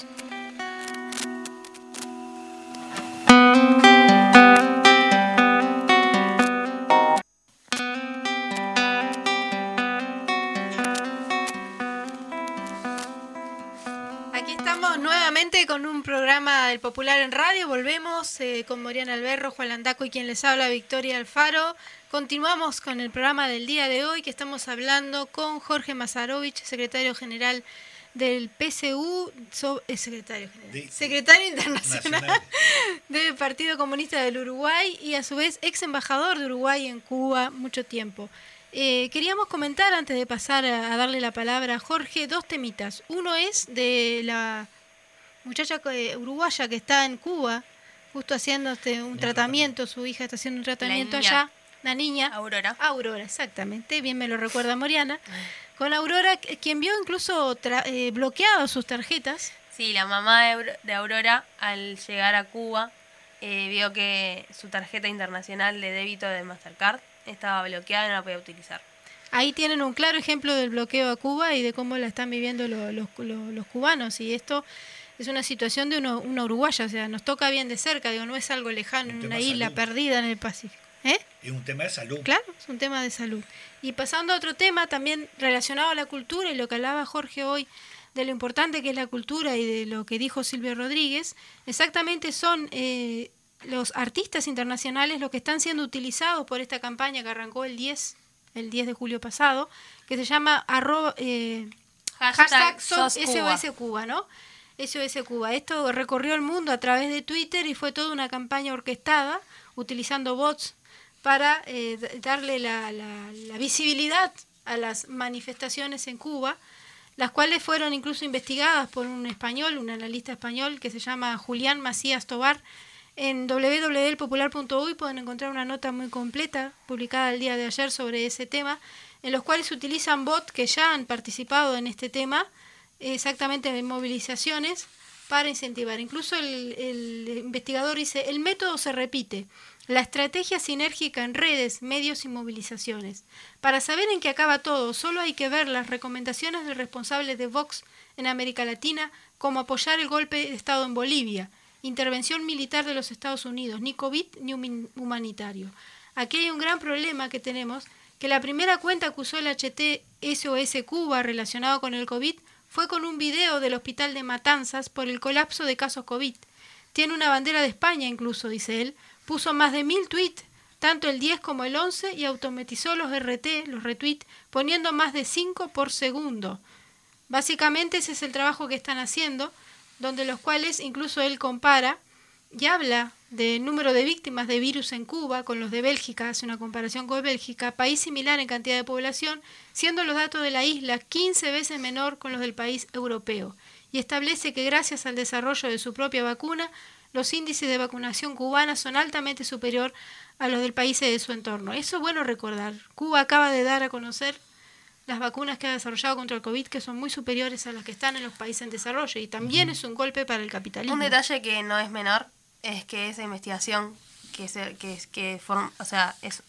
Aquí estamos nuevamente con un programa del Popular en Radio. Volvemos eh, con Moriana Alberro, Juan Landaco y quien les habla, Victoria Alfaro. Continuamos con el programa del día de hoy, que estamos hablando con Jorge Masarovich, secretario general del P C U, so, eh, secretario general, de, secretario internacional nacional. Del Partido Comunista del Uruguay y a su vez ex embajador de Uruguay en Cuba mucho tiempo. Eh, queríamos comentar, antes de pasar a, a darle la palabra a Jorge, dos temitas. Uno es de la muchacha eh, uruguaya que está en Cuba, justo haciendo este, un tratamiento, su hija está haciendo un tratamiento allá, la niña. Aurora. Aurora, exactamente, bien me lo recuerda Moriana. Con Aurora, quien vio incluso tra- eh, bloqueado sus tarjetas. Sí, la mamá de, Aur- de Aurora, al llegar a Cuba, eh, vio que su tarjeta internacional de débito de Mastercard estaba bloqueada y no la podía utilizar. Ahí tienen un claro ejemplo del bloqueo a Cuba y de cómo la están viviendo lo, lo, lo, los cubanos. Y esto es una situación de uno, una uruguaya, o sea, nos toca bien de cerca, digo, no es algo lejano, en una isla perdida en el Pacífico. ¿Eh? Es un tema de salud. Claro, es un tema de salud. Y pasando a otro tema también relacionado a la cultura y lo que hablaba Jorge hoy de lo importante que es la cultura y de lo que dijo Silvio Rodríguez, exactamente son eh, los artistas internacionales los que están siendo utilizados por esta campaña que arrancó el diez, el diez de julio pasado, que se llama arroba, eh, hashtag, hashtag sos S O S Cuba, ¿no? S O S Cuba. Esto recorrió el mundo a través de Twitter y fue toda una campaña orquestada utilizando bots para eh, darle la, la, la visibilidad a las manifestaciones en Cuba, las cuales fueron incluso investigadas por un español, un analista español que se llama Julián Macías Tobar. En doble u doble u doble u punto el popular punto u y pueden encontrar una nota muy completa publicada el día de ayer sobre ese tema, en los cuales se utilizan bots que ya han participado en este tema, exactamente en movilizaciones, para incentivar. Incluso el, el investigador dice, el método se repite, la estrategia sinérgica en redes, medios y movilizaciones. Para saber en qué acaba todo, solo hay que ver las recomendaciones del responsable de Vox en América Latina, como apoyar el golpe de Estado en Bolivia, intervención militar de los Estados Unidos, ni COVID ni humanitario. Aquí hay un gran problema que tenemos, que la primera cuenta que usó el H T S O S Cuba relacionado con el COVID fue con un video del hospital de Matanzas por el colapso de casos COVID. Tiene una bandera de España incluso, dice él. Puso más de mil tweets, tanto el diez como el once, y automatizó los R T, los retweets, poniendo más de cinco por segundo. Básicamente ese es el trabajo que están haciendo, donde los cuales incluso él compara y habla del número de víctimas de virus en Cuba con los de Bélgica, hace una comparación con Bélgica, país similar en cantidad de población, siendo los datos de la isla quince veces menor con los del país europeo. Y establece que gracias al desarrollo de su propia vacuna, los índices de vacunación cubana son altamente superior a los del país de su entorno. Eso es bueno recordar. Cuba acaba de dar a conocer las vacunas que ha desarrollado contra el COVID, que son muy superiores a las que están en los países en desarrollo, y también es un golpe para el capitalismo. Un detalle que no es menor es que esa investigación que se, que, que form, o sea, es,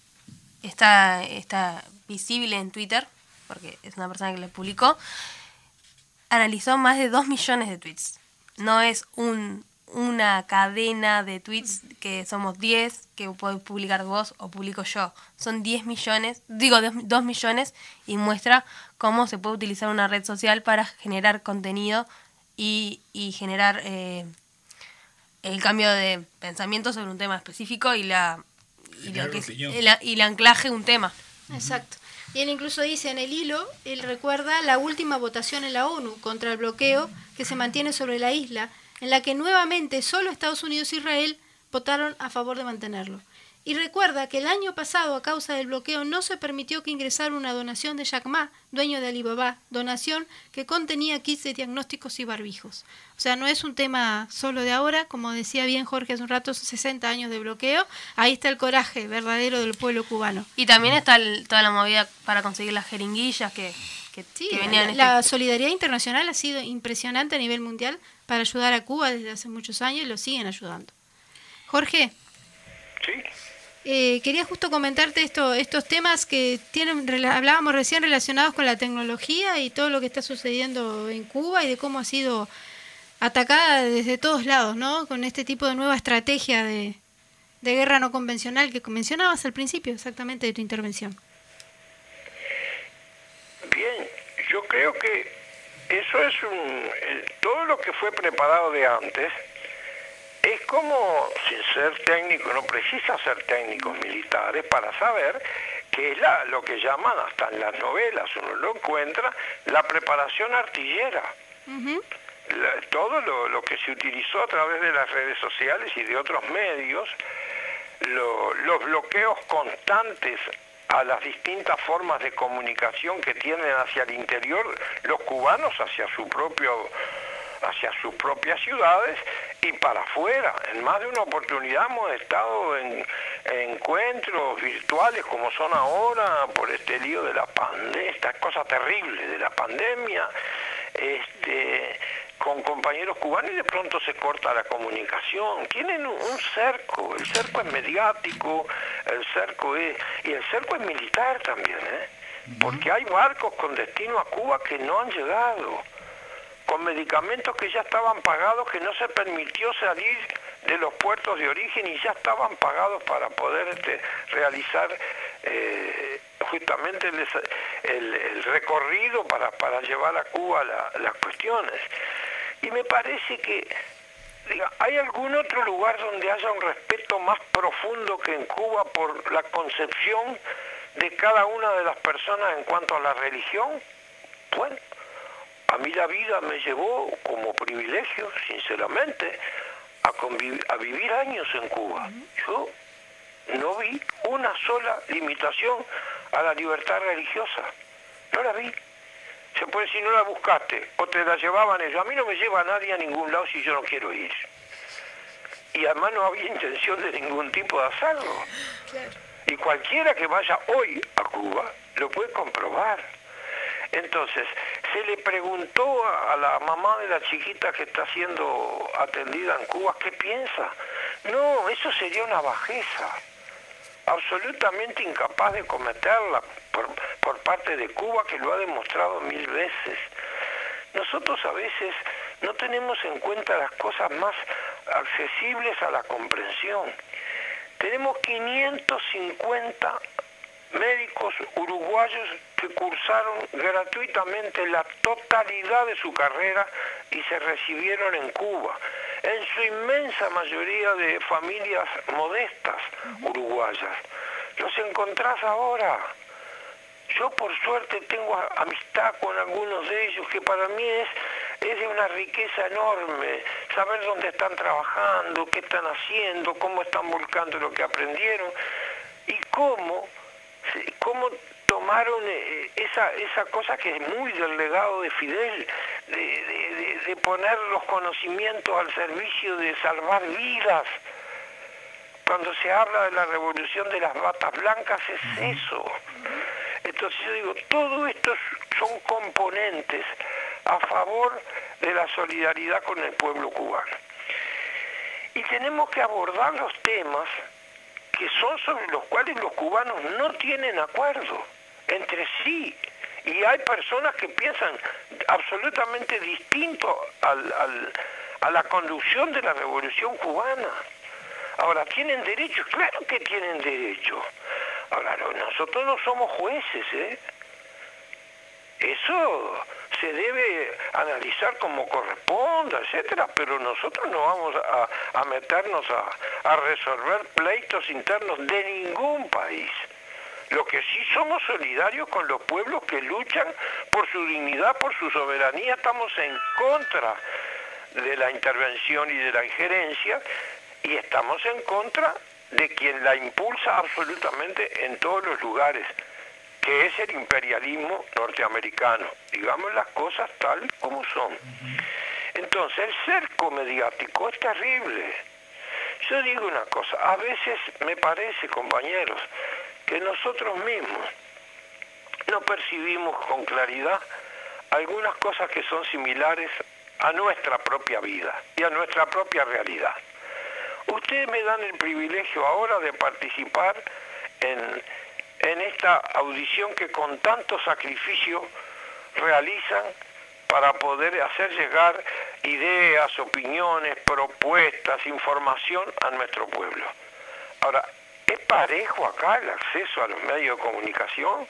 está, está visible en Twitter, porque es una persona que la publicó, analizó más de dos millones de tweets. No es un una cadena de tweets que somos diez, que podés publicar vos o publico yo. Son diez millones, digo dos millones, y muestra cómo se puede utilizar una red social para generar contenido y, y generar eh, el cambio de pensamiento sobre un tema específico y la y, lo que es, el, y el anclaje de un tema. Exacto. Y él incluso dice en el hilo, él recuerda la última votación en la ONU contra el bloqueo que se mantiene sobre la isla, en la que nuevamente solo Estados Unidos e Israel votaron a favor de mantenerlo. Y recuerda que el año pasado, a causa del bloqueo, no se permitió que ingresara una donación de Jack Ma, dueño de Alibaba, donación que contenía kits de diagnósticos y barbijos. O sea, no es un tema solo de ahora, como decía bien Jorge hace un rato, son sesenta años de bloqueo. Ahí está el coraje verdadero del pueblo cubano. Y también está el, toda la movida para conseguir las jeringuillas que, que, sí, que venían. La, la este... solidaridad internacional ha sido impresionante a nivel mundial para ayudar a Cuba desde hace muchos años y lo siguen ayudando. Jorge. Sí. Eh, quería justo comentarte esto, estos temas que tienen, hablábamos recién relacionados con la tecnología y todo lo que está sucediendo en Cuba y de cómo ha sido atacada desde todos lados, ¿no? Con este tipo de nueva estrategia de, de guerra no convencional que mencionabas al principio exactamente de tu intervención. Bien, yo creo que eso es un... todo lo que fue preparado de antes es como, sin ser técnico, no precisa ser técnicos militares para saber que es la, lo que llaman, hasta en las novelas uno lo encuentra, la preparación artillera. Uh-huh. La, todo lo, lo que se utilizó a través de las redes sociales y de otros medios, lo, los bloqueos constantes a las distintas formas de comunicación que tienen hacia el interior los cubanos, hacia su propio... hacia sus propias ciudades y para afuera. En más de una oportunidad hemos estado en, en encuentros virtuales como son ahora por este lío de la pandemia, esta cosa terrible de la pandemia, este, con compañeros cubanos y de pronto se corta la comunicación. Tienen un, un cerco, el cerco es mediático, el cerco es, y el cerco es militar también, ¿eh? Porque hay barcos con destino a Cuba que no han llegado, con medicamentos que ya estaban pagados, que no se permitió salir de los puertos de origen y ya estaban pagados para poder este, realizar eh, justamente el, el, el recorrido para, para llevar a Cuba la, las cuestiones. Y me parece que, diga, ¿hay algún otro lugar donde haya un respeto más profundo que en Cuba por la concepción de cada una de las personas en cuanto a la religión? Bueno, a mí la vida me llevó como privilegio, sinceramente, a, conviv- a vivir años en Cuba. Yo no vi una sola limitación a la libertad religiosa. No la vi. Se puede decir, no la buscaste, o te la llevaban ellos. A mí no me lleva nadie a ningún lado si yo no quiero ir. Y además no había intención de ningún tipo de hacerlo. Y cualquiera que vaya hoy a Cuba lo puede comprobar. Entonces, se le preguntó a la mamá de la chiquita que está siendo atendida en Cuba, ¿qué piensa? No, eso sería una bajeza, absolutamente incapaz de cometerla por, por parte de Cuba, que lo ha demostrado mil veces. Nosotros a veces no tenemos en cuenta las cosas más accesibles a la comprensión. Tenemos quinientos cincuenta médicos uruguayos que cursaron gratuitamente la totalidad de su carrera y se recibieron en Cuba, en su inmensa mayoría de familias modestas uruguayas. Los encontrás ahora. Yo por suerte tengo amistad con algunos de ellos que para mí es, es de una riqueza enorme, saber dónde están trabajando, qué están haciendo, cómo están volcando lo que aprendieron y cómo cómo tomaron esa esa cosa que es muy del legado de Fidel, de, de, de, de poner los conocimientos al servicio de salvar vidas. Cuando se habla de la revolución de las batas blancas es eso. Entonces yo digo, todo esto son componentes a favor de la solidaridad con el pueblo cubano. Y tenemos que abordar los temas que son sobre los cuales los cubanos no tienen acuerdo entre sí. Y hay personas que piensan absolutamente distinto al, al, a la conducción de la revolución cubana. Ahora, ¿tienen derecho? Claro que tienen derecho. Ahora, nosotros no somos jueces, ¿eh? Eso se debe analizar como corresponda, etcétera, pero nosotros no vamos a, a meternos a, a resolver pleitos internos de ningún país. Lo que sí somos solidarios con los pueblos que luchan por su dignidad, por su soberanía. Estamos en contra de la intervención y de la injerencia y estamos en contra de quien la impulsa absolutamente en todos los lugares, que es el imperialismo norteamericano. Digamos las cosas tal como son. Entonces, el cerco mediático es terrible. Yo digo una cosa, a veces me parece, compañeros, que nosotros mismos no percibimos con claridad algunas cosas que son similares a nuestra propia vida y a nuestra propia realidad. Ustedes me dan el privilegio ahora de participar en, en esta audición que con tanto sacrificio realizan para poder hacer llegar ideas, opiniones, propuestas, información a nuestro pueblo. Ahora, ¿es parejo acá el acceso a los medios de comunicación?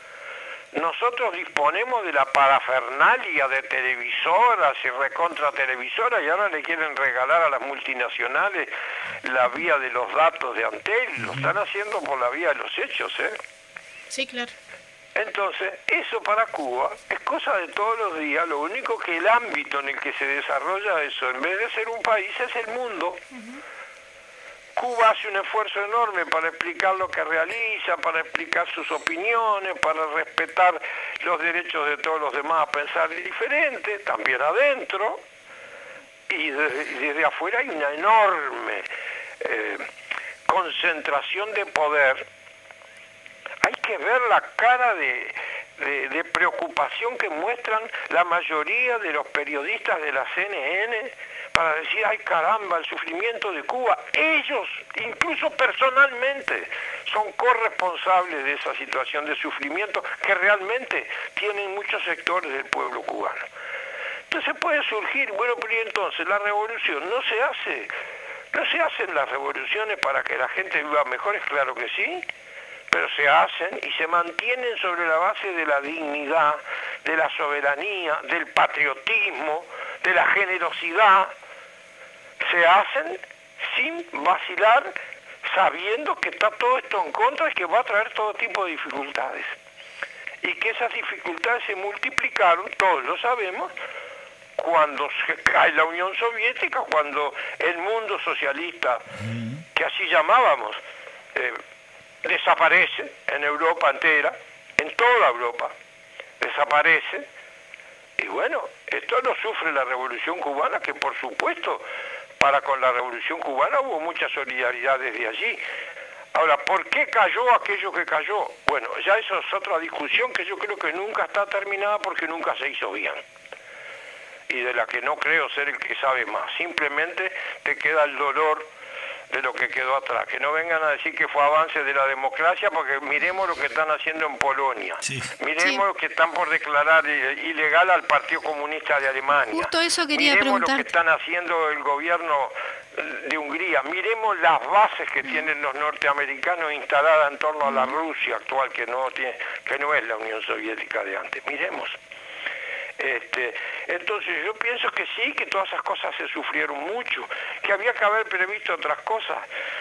Nosotros disponemos de la parafernalia de televisoras y recontra televisoras y ahora le quieren regalar a las multinacionales la vía de los datos de Antel. Lo están haciendo por la vía de los hechos, ¿eh? Sí, claro. Entonces, eso para Cuba es cosa de todos los días. Lo único que el ámbito en el que se desarrolla eso, en vez de ser un país, es el mundo. Uh-huh. Cuba hace un esfuerzo enorme para explicar lo que realiza, para explicar sus opiniones, para respetar los derechos de todos los demás a pensar diferente, también adentro. Y desde, desde afuera hay una enorme eh, concentración de poder. Hay que ver la cara de, de, de preocupación que muestran la mayoría de los periodistas de la C N N para decir, ay caramba, el sufrimiento de Cuba. Ellos, incluso personalmente, son corresponsables de esa situación de sufrimiento que realmente tienen muchos sectores del pueblo cubano. Entonces puede surgir, bueno, pero y entonces la revolución no se hace, no se hacen las revoluciones para que la gente viva mejor, es claro que sí, pero se hacen y se mantienen sobre la base de la dignidad, de la soberanía, del patriotismo, de la generosidad. Se hacen sin vacilar, sabiendo que está todo esto en contra y que va a traer todo tipo de dificultades. Y que esas dificultades se multiplicaron, todos lo sabemos, cuando se cae la Unión Soviética, cuando el mundo socialista, que así llamábamos, eh, desaparece en Europa entera, en toda Europa, desaparece. Y bueno, esto lo sufre la Revolución Cubana, que por supuesto, para con la Revolución Cubana hubo mucha solidaridad desde allí. Ahora, ¿por qué cayó aquello que cayó? Bueno, ya eso es otra discusión que yo creo que nunca está terminada porque nunca se hizo bien. Y de la que no creo ser el que sabe más. Simplemente te queda el dolor de lo que quedó atrás. Que no vengan a decir que fue avance de la democracia, porque miremos lo que están haciendo en Polonia. Sí. Miremos sí. lo que están por declarar ilegal al Partido Comunista de Alemania. Justo eso quería miremos preguntar. lo que están haciendo el gobierno de Hungría. Miremos las bases que tienen los norteamericanos instaladas en torno a la Rusia actual, que no tiene, que no es la Unión Soviética de antes. Miremos. Este, entonces yo pienso que sí, que todas esas cosas se sufrieron mucho, que había que haber previsto otras cosas.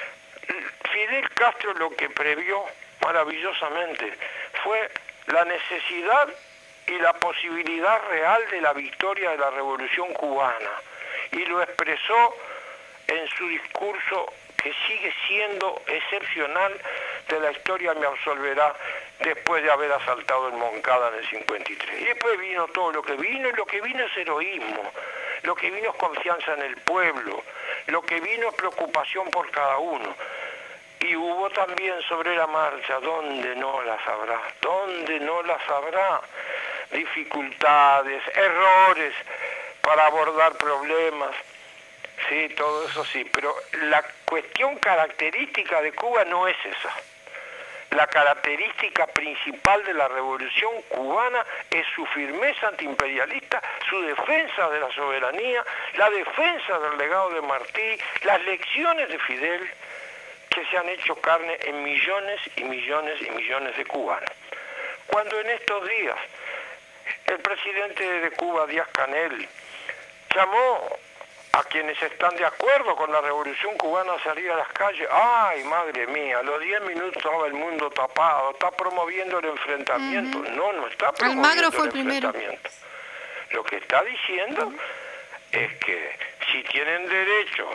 Fidel Castro lo que previó maravillosamente fue la necesidad y la posibilidad real de la victoria de la Revolución Cubana, y lo expresó en su discurso, que sigue siendo excepcional, de la historia me absolverá, después de haber asaltado el Moncada en el cincuenta y tres. Y después vino todo lo que vino, y lo que vino es heroísmo, lo que vino es confianza en el pueblo, lo que vino es preocupación por cada uno. Y hubo también sobre la marcha, ¿dónde no las habrá? ¿Dónde no las habrá? Dificultades, errores para abordar problemas. Sí, todo eso sí, pero la cuestión característica de Cuba no es esa. La característica principal de la Revolución Cubana es su firmeza antiimperialista, su defensa de la soberanía, la defensa del legado de Martí, las lecciones de Fidel, que se han hecho carne en millones y millones y millones de cubanos. Cuando en estos días el presidente de Cuba, Díaz-Canel, llamó a quienes están de acuerdo con la Revolución Cubana a salir a las calles, ¡ay, madre mía! A los diez minutos estaba el mundo tapado, está promoviendo el enfrentamiento. Uh-huh. No, no está promoviendo Almagro fue el, el enfrentamiento. Primero. Lo que está diciendo uh-huh. es que si tienen derecho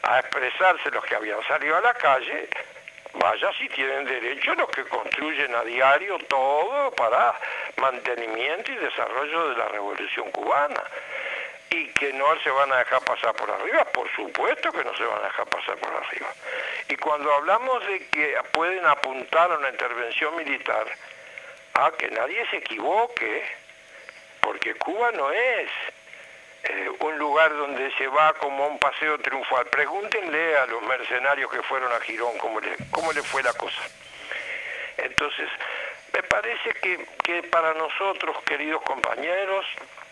a expresarse los que habían salido a la calle, vaya si tienen derecho los que construyen a diario todo para mantenimiento y desarrollo de la Revolución Cubana. Y que no se van a dejar pasar por arriba, por supuesto que no se van a dejar pasar por arriba. Y cuando hablamos de que pueden apuntar a una intervención militar, a que nadie se equivoque, porque Cuba no es eh, un lugar donde se va como a un paseo triunfal. Pregúntenle a los mercenarios que fueron a Girón cómo le, cómo le fue la cosa. Entonces, me parece que, que para nosotros, queridos compañeros,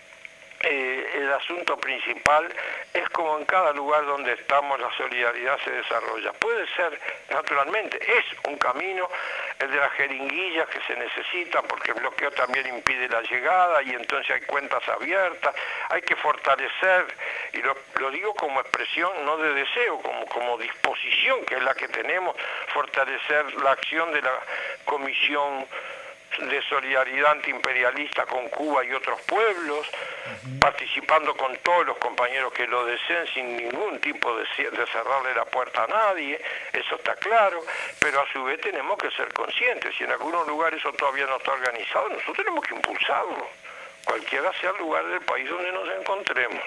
Eh, el asunto principal es como en cada lugar donde estamos la solidaridad se desarrolla. Puede ser, naturalmente, es un camino, el de las jeringuillas que se necesita porque el bloqueo también impide la llegada y entonces hay cuentas abiertas, hay que fortalecer, y lo, lo digo como expresión no de deseo, como, como disposición que es la que tenemos, fortalecer la acción de la Comisión de Solidaridad Antiimperialista con Cuba y otros pueblos, uh-huh. participando con todos los compañeros que lo deseen sin ningún tipo de, de cerrarle la puerta a nadie, eso está claro, pero a su vez tenemos que ser conscientes, si en algunos lugares eso todavía no está organizado, nosotros tenemos que impulsarlo, cualquiera sea el lugar del país donde nos encontremos.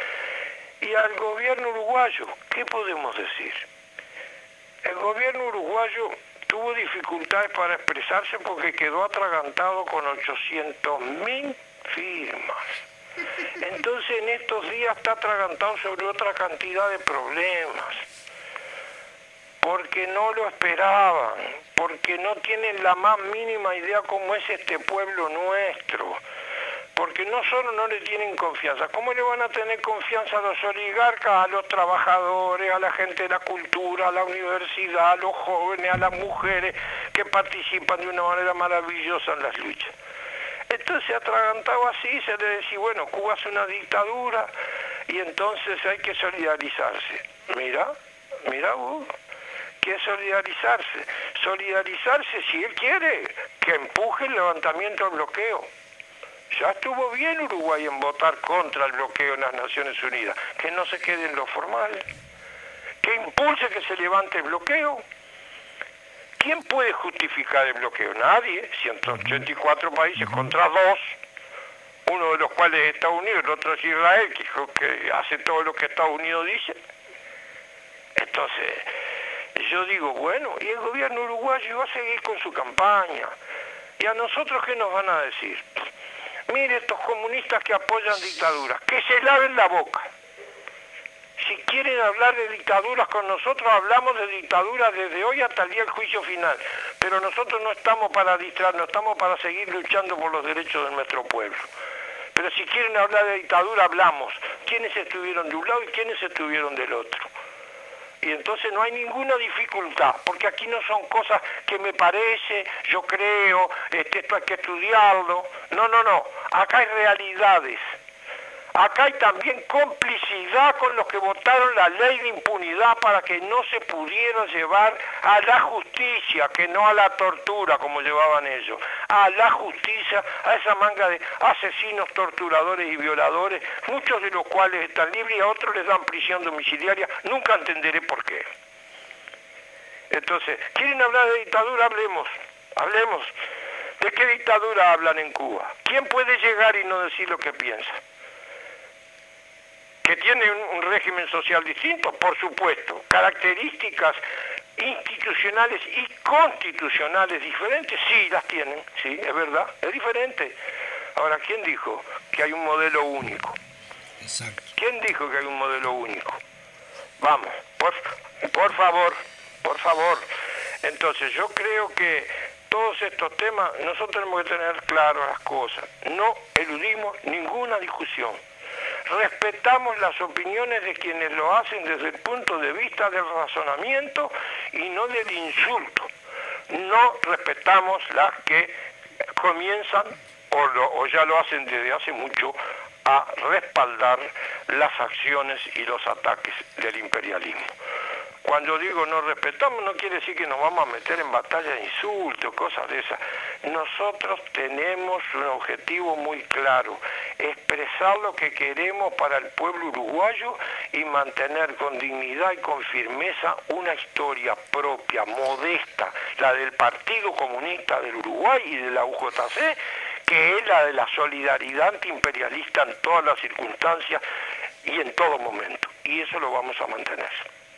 Y al gobierno uruguayo, ¿qué podemos decir? El gobierno uruguayo tuvo dificultades para expresarse porque quedó atragantado con ochocientas mil firmas. Entonces en estos días está atragantado sobre otra cantidad de problemas, porque no lo esperaban, porque no tienen la más mínima idea cómo es este pueblo nuestro, porque no solo no le tienen confianza, ¿cómo le van a tener confianza a los oligarcas, a los trabajadores, a la gente de la cultura, a la universidad, a los jóvenes, a las mujeres que participan de una manera maravillosa en las luchas? Entonces, atragantado así, se le decía, bueno, Cuba es una dictadura y entonces hay que solidarizarse. Mira, mira vos, ¿qué es solidarizarse? Solidarizarse, si él quiere, que empuje el levantamiento del bloqueo. Ya estuvo bien Uruguay en votar contra el bloqueo en las Naciones Unidas, que no se quede en lo formal, que impulse que se levante el bloqueo. ¿Quién puede justificar el bloqueo? Nadie, ciento ochenta y cuatro países contra dos, uno de los cuales es Estados Unidos, el otro es Israel, que, que hace todo lo que Estados Unidos dice. Entonces, yo digo, bueno, y el gobierno uruguayo va a seguir con su campaña. ¿Y a nosotros qué nos van a decir? Mire, estos comunistas que apoyan dictaduras, que se laven la boca. Si quieren hablar de dictaduras con nosotros, hablamos de dictaduras desde hoy hasta el día del juicio final. Pero nosotros no estamos para distraernos, estamos para seguir luchando por los derechos de nuestro pueblo. Pero si quieren hablar de dictadura, hablamos. ¿Quiénes estuvieron de un lado y quiénes estuvieron del otro? Y entonces no hay ninguna dificultad, porque aquí no son cosas que me parece, yo creo, este, esto hay que estudiarlo. No, no, no. Acá hay realidades. Acá hay también complicidad con los que votaron la ley de impunidad para que no se pudiera llevar a la justicia, que no a la tortura como llevaban ellos, a la justicia, a esa manga de asesinos, torturadores y violadores, muchos de los cuales están libres y a otros les dan prisión domiciliaria, nunca entenderé por qué. Entonces, ¿quieren hablar de dictadura? Hablemos, hablemos. ¿De qué dictadura hablan en Cuba? ¿Quién puede llegar y no decir lo que piensa? ¿Que tiene un, un régimen social distinto? Por supuesto. ¿Características institucionales y constitucionales diferentes? Sí, las tienen, sí, es verdad, es diferente. Ahora, ¿quién dijo que hay un modelo único? Exacto. ¿Quién dijo que hay un modelo único? Vamos, por, por favor, por favor. Entonces, yo creo que todos estos temas, nosotros tenemos que tener claras las cosas. No eludimos ninguna discusión. Respetamos las opiniones de quienes lo hacen desde el punto de vista del razonamiento y no del insulto. No respetamos las que comienzan o, lo, o ya lo hacen desde hace mucho a respaldar las acciones y los ataques del imperialismo. Cuando digo no respetamos, no quiere decir que nos vamos a meter en batalla de insultos, cosas de esas. Nosotros tenemos un objetivo muy claro, expresar lo que queremos para el pueblo uruguayo y mantener con dignidad y con firmeza una historia propia, modesta, la del Partido Comunista del Uruguay y de la U J C, que es la de la solidaridad antiimperialista en todas las circunstancias y en todo momento. Y eso lo vamos a mantener.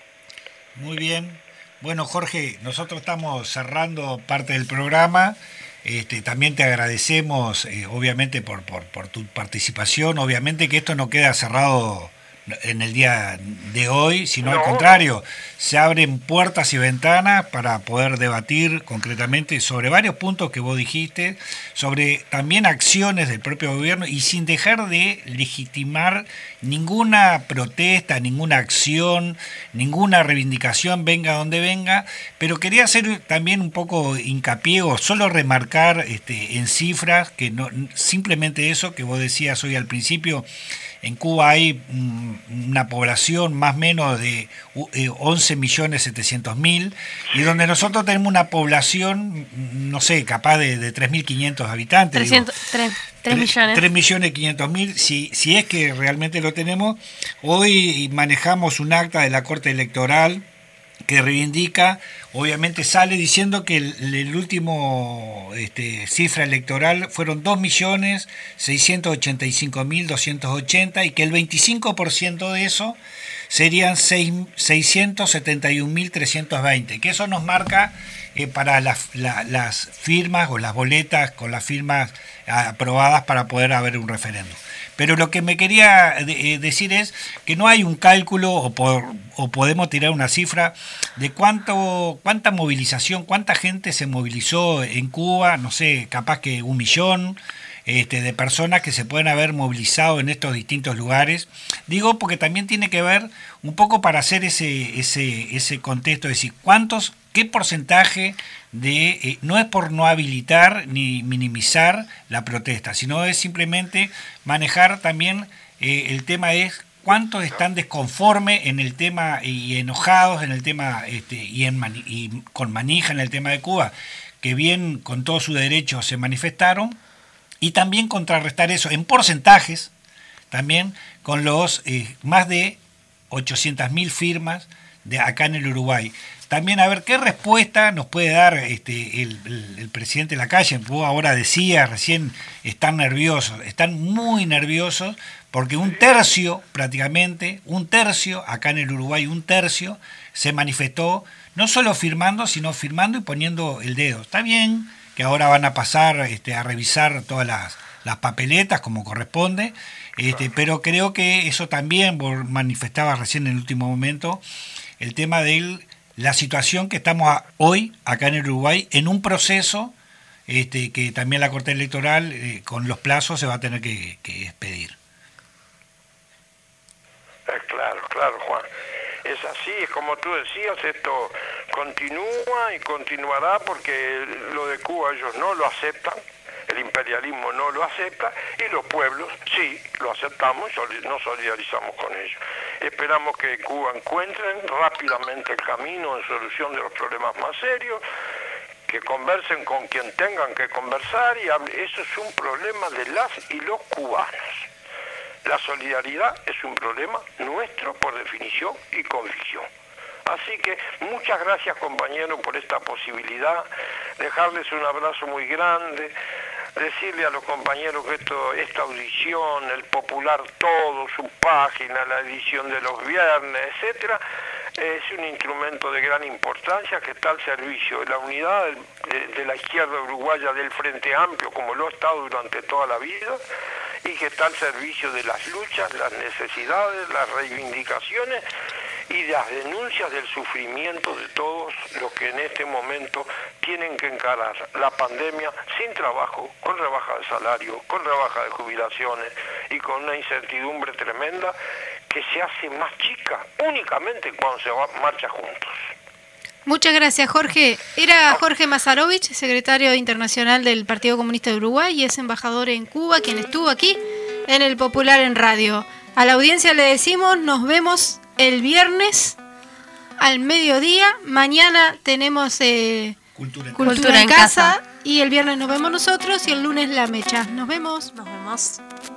Muy bien. Bueno, Jorge, nosotros estamos cerrando parte del programa. Este, también te agradecemos, eh, obviamente, por, por, por tu participación. Obviamente que esto no queda cerrado en el día de hoy, sino no. Al contrario, se abren puertas y ventanas para poder debatir concretamente sobre varios puntos que vos dijiste, sobre también acciones del propio gobierno y sin dejar de legitimar ninguna protesta, ninguna acción, ninguna reivindicación, venga donde venga, pero quería hacer también un poco hincapié o solo remarcar este, en cifras, que no simplemente eso que vos decías hoy al principio. En Cuba hay una población más o menos de once millones setecientos mil y donde nosotros tenemos una población, no sé, capaz de, de tres mil quinientos habitantes. trescientos, digo, tres millones. tres millones quinientos mil, si, si es que realmente lo tenemos. Hoy manejamos un acta de la Corte Electoral que reivindica, obviamente sale diciendo que el, el último este, cifra electoral fueron dos millones seiscientos ochenta y cinco mil doscientos ochenta y que el veinticinco por ciento de eso serían seiscientos setenta y un mil trescientos veinte, que eso nos marca eh, para las, la, las firmas o las boletas con las firmas aprobadas para poder haber un referéndum. Pero lo que me quería de, decir es que no hay un cálculo o, por, o podemos tirar una cifra de cuánto cuánta movilización, cuánta gente se movilizó en Cuba, no sé, capaz que un millón este, de personas que se pueden haber movilizado en estos distintos lugares. Digo porque también tiene que ver un poco para hacer ese, ese, ese contexto, es decir, cuántos, qué porcentaje de, eh, no es por no habilitar ni minimizar la protesta, sino es simplemente manejar también eh, el tema es cuántos están desconformes en el tema y enojados en el tema este, y, en mani, y con manija en el tema de Cuba, que bien con todos sus derechos se manifestaron, y también contrarrestar eso en porcentajes, también con los eh, más de ochocientas mil firmas de acá en el Uruguay. También a ver qué respuesta nos puede dar este el, el, el presidente Lacalle. Vos ahora decías, recién están nerviosos, están muy nerviosos porque un tercio prácticamente, un tercio acá en el Uruguay, un tercio se manifestó no solo firmando, sino firmando y poniendo el dedo. Está bien que ahora van a pasar este, a revisar todas las, las papeletas como corresponde, este, pero creo que eso también, vos manifestabas recién en el último momento, el tema de la situación que estamos a, hoy acá en el Uruguay en un proceso este, que también la Corte Electoral eh, con los plazos se va a tener que, que expedir. Eh, claro, claro, Juan. Es así, es como tú decías, esto continúa y continuará porque lo de Cuba ellos no lo aceptan, el imperialismo no lo acepta y los pueblos sí lo aceptamos y nos solidarizamos con ellos. Esperamos que Cuba encuentren rápidamente el camino en solución de los problemas más serios, que conversen con quien tengan que conversar y eso es un problema de las y los cubanos. La solidaridad es un problema nuestro por definición y convicción. Así que muchas gracias compañeros por esta posibilidad, dejarles un abrazo muy grande, decirle a los compañeros que esto, esta audición, el Popular Todo, su página, la edición de los viernes, etcétera, es un instrumento de gran importancia que está al servicio de la unidad de, de la izquierda uruguaya del Frente Amplio, como lo ha estado durante toda la vida, y que está al servicio de las luchas, las necesidades, las reivindicaciones y las denuncias del sufrimiento de todos los que en este momento tienen que encarar la pandemia sin trabajo, con rebaja de salario, con rebaja de jubilaciones y con una incertidumbre tremenda que se hace más chica únicamente cuando se va, marcha juntos. Muchas gracias, Jorge. Era Jorge Masarovich, secretario internacional del Partido Comunista de Uruguay y es embajador en Cuba, quien estuvo aquí en el Popular en Radio. A la audiencia le decimos, nos vemos el viernes al mediodía. Mañana tenemos eh, Cultura en Cultura, Cultura en en casa. casa. Y el viernes nos vemos nosotros y el lunes La Mecha. Nos vemos. Nos vemos.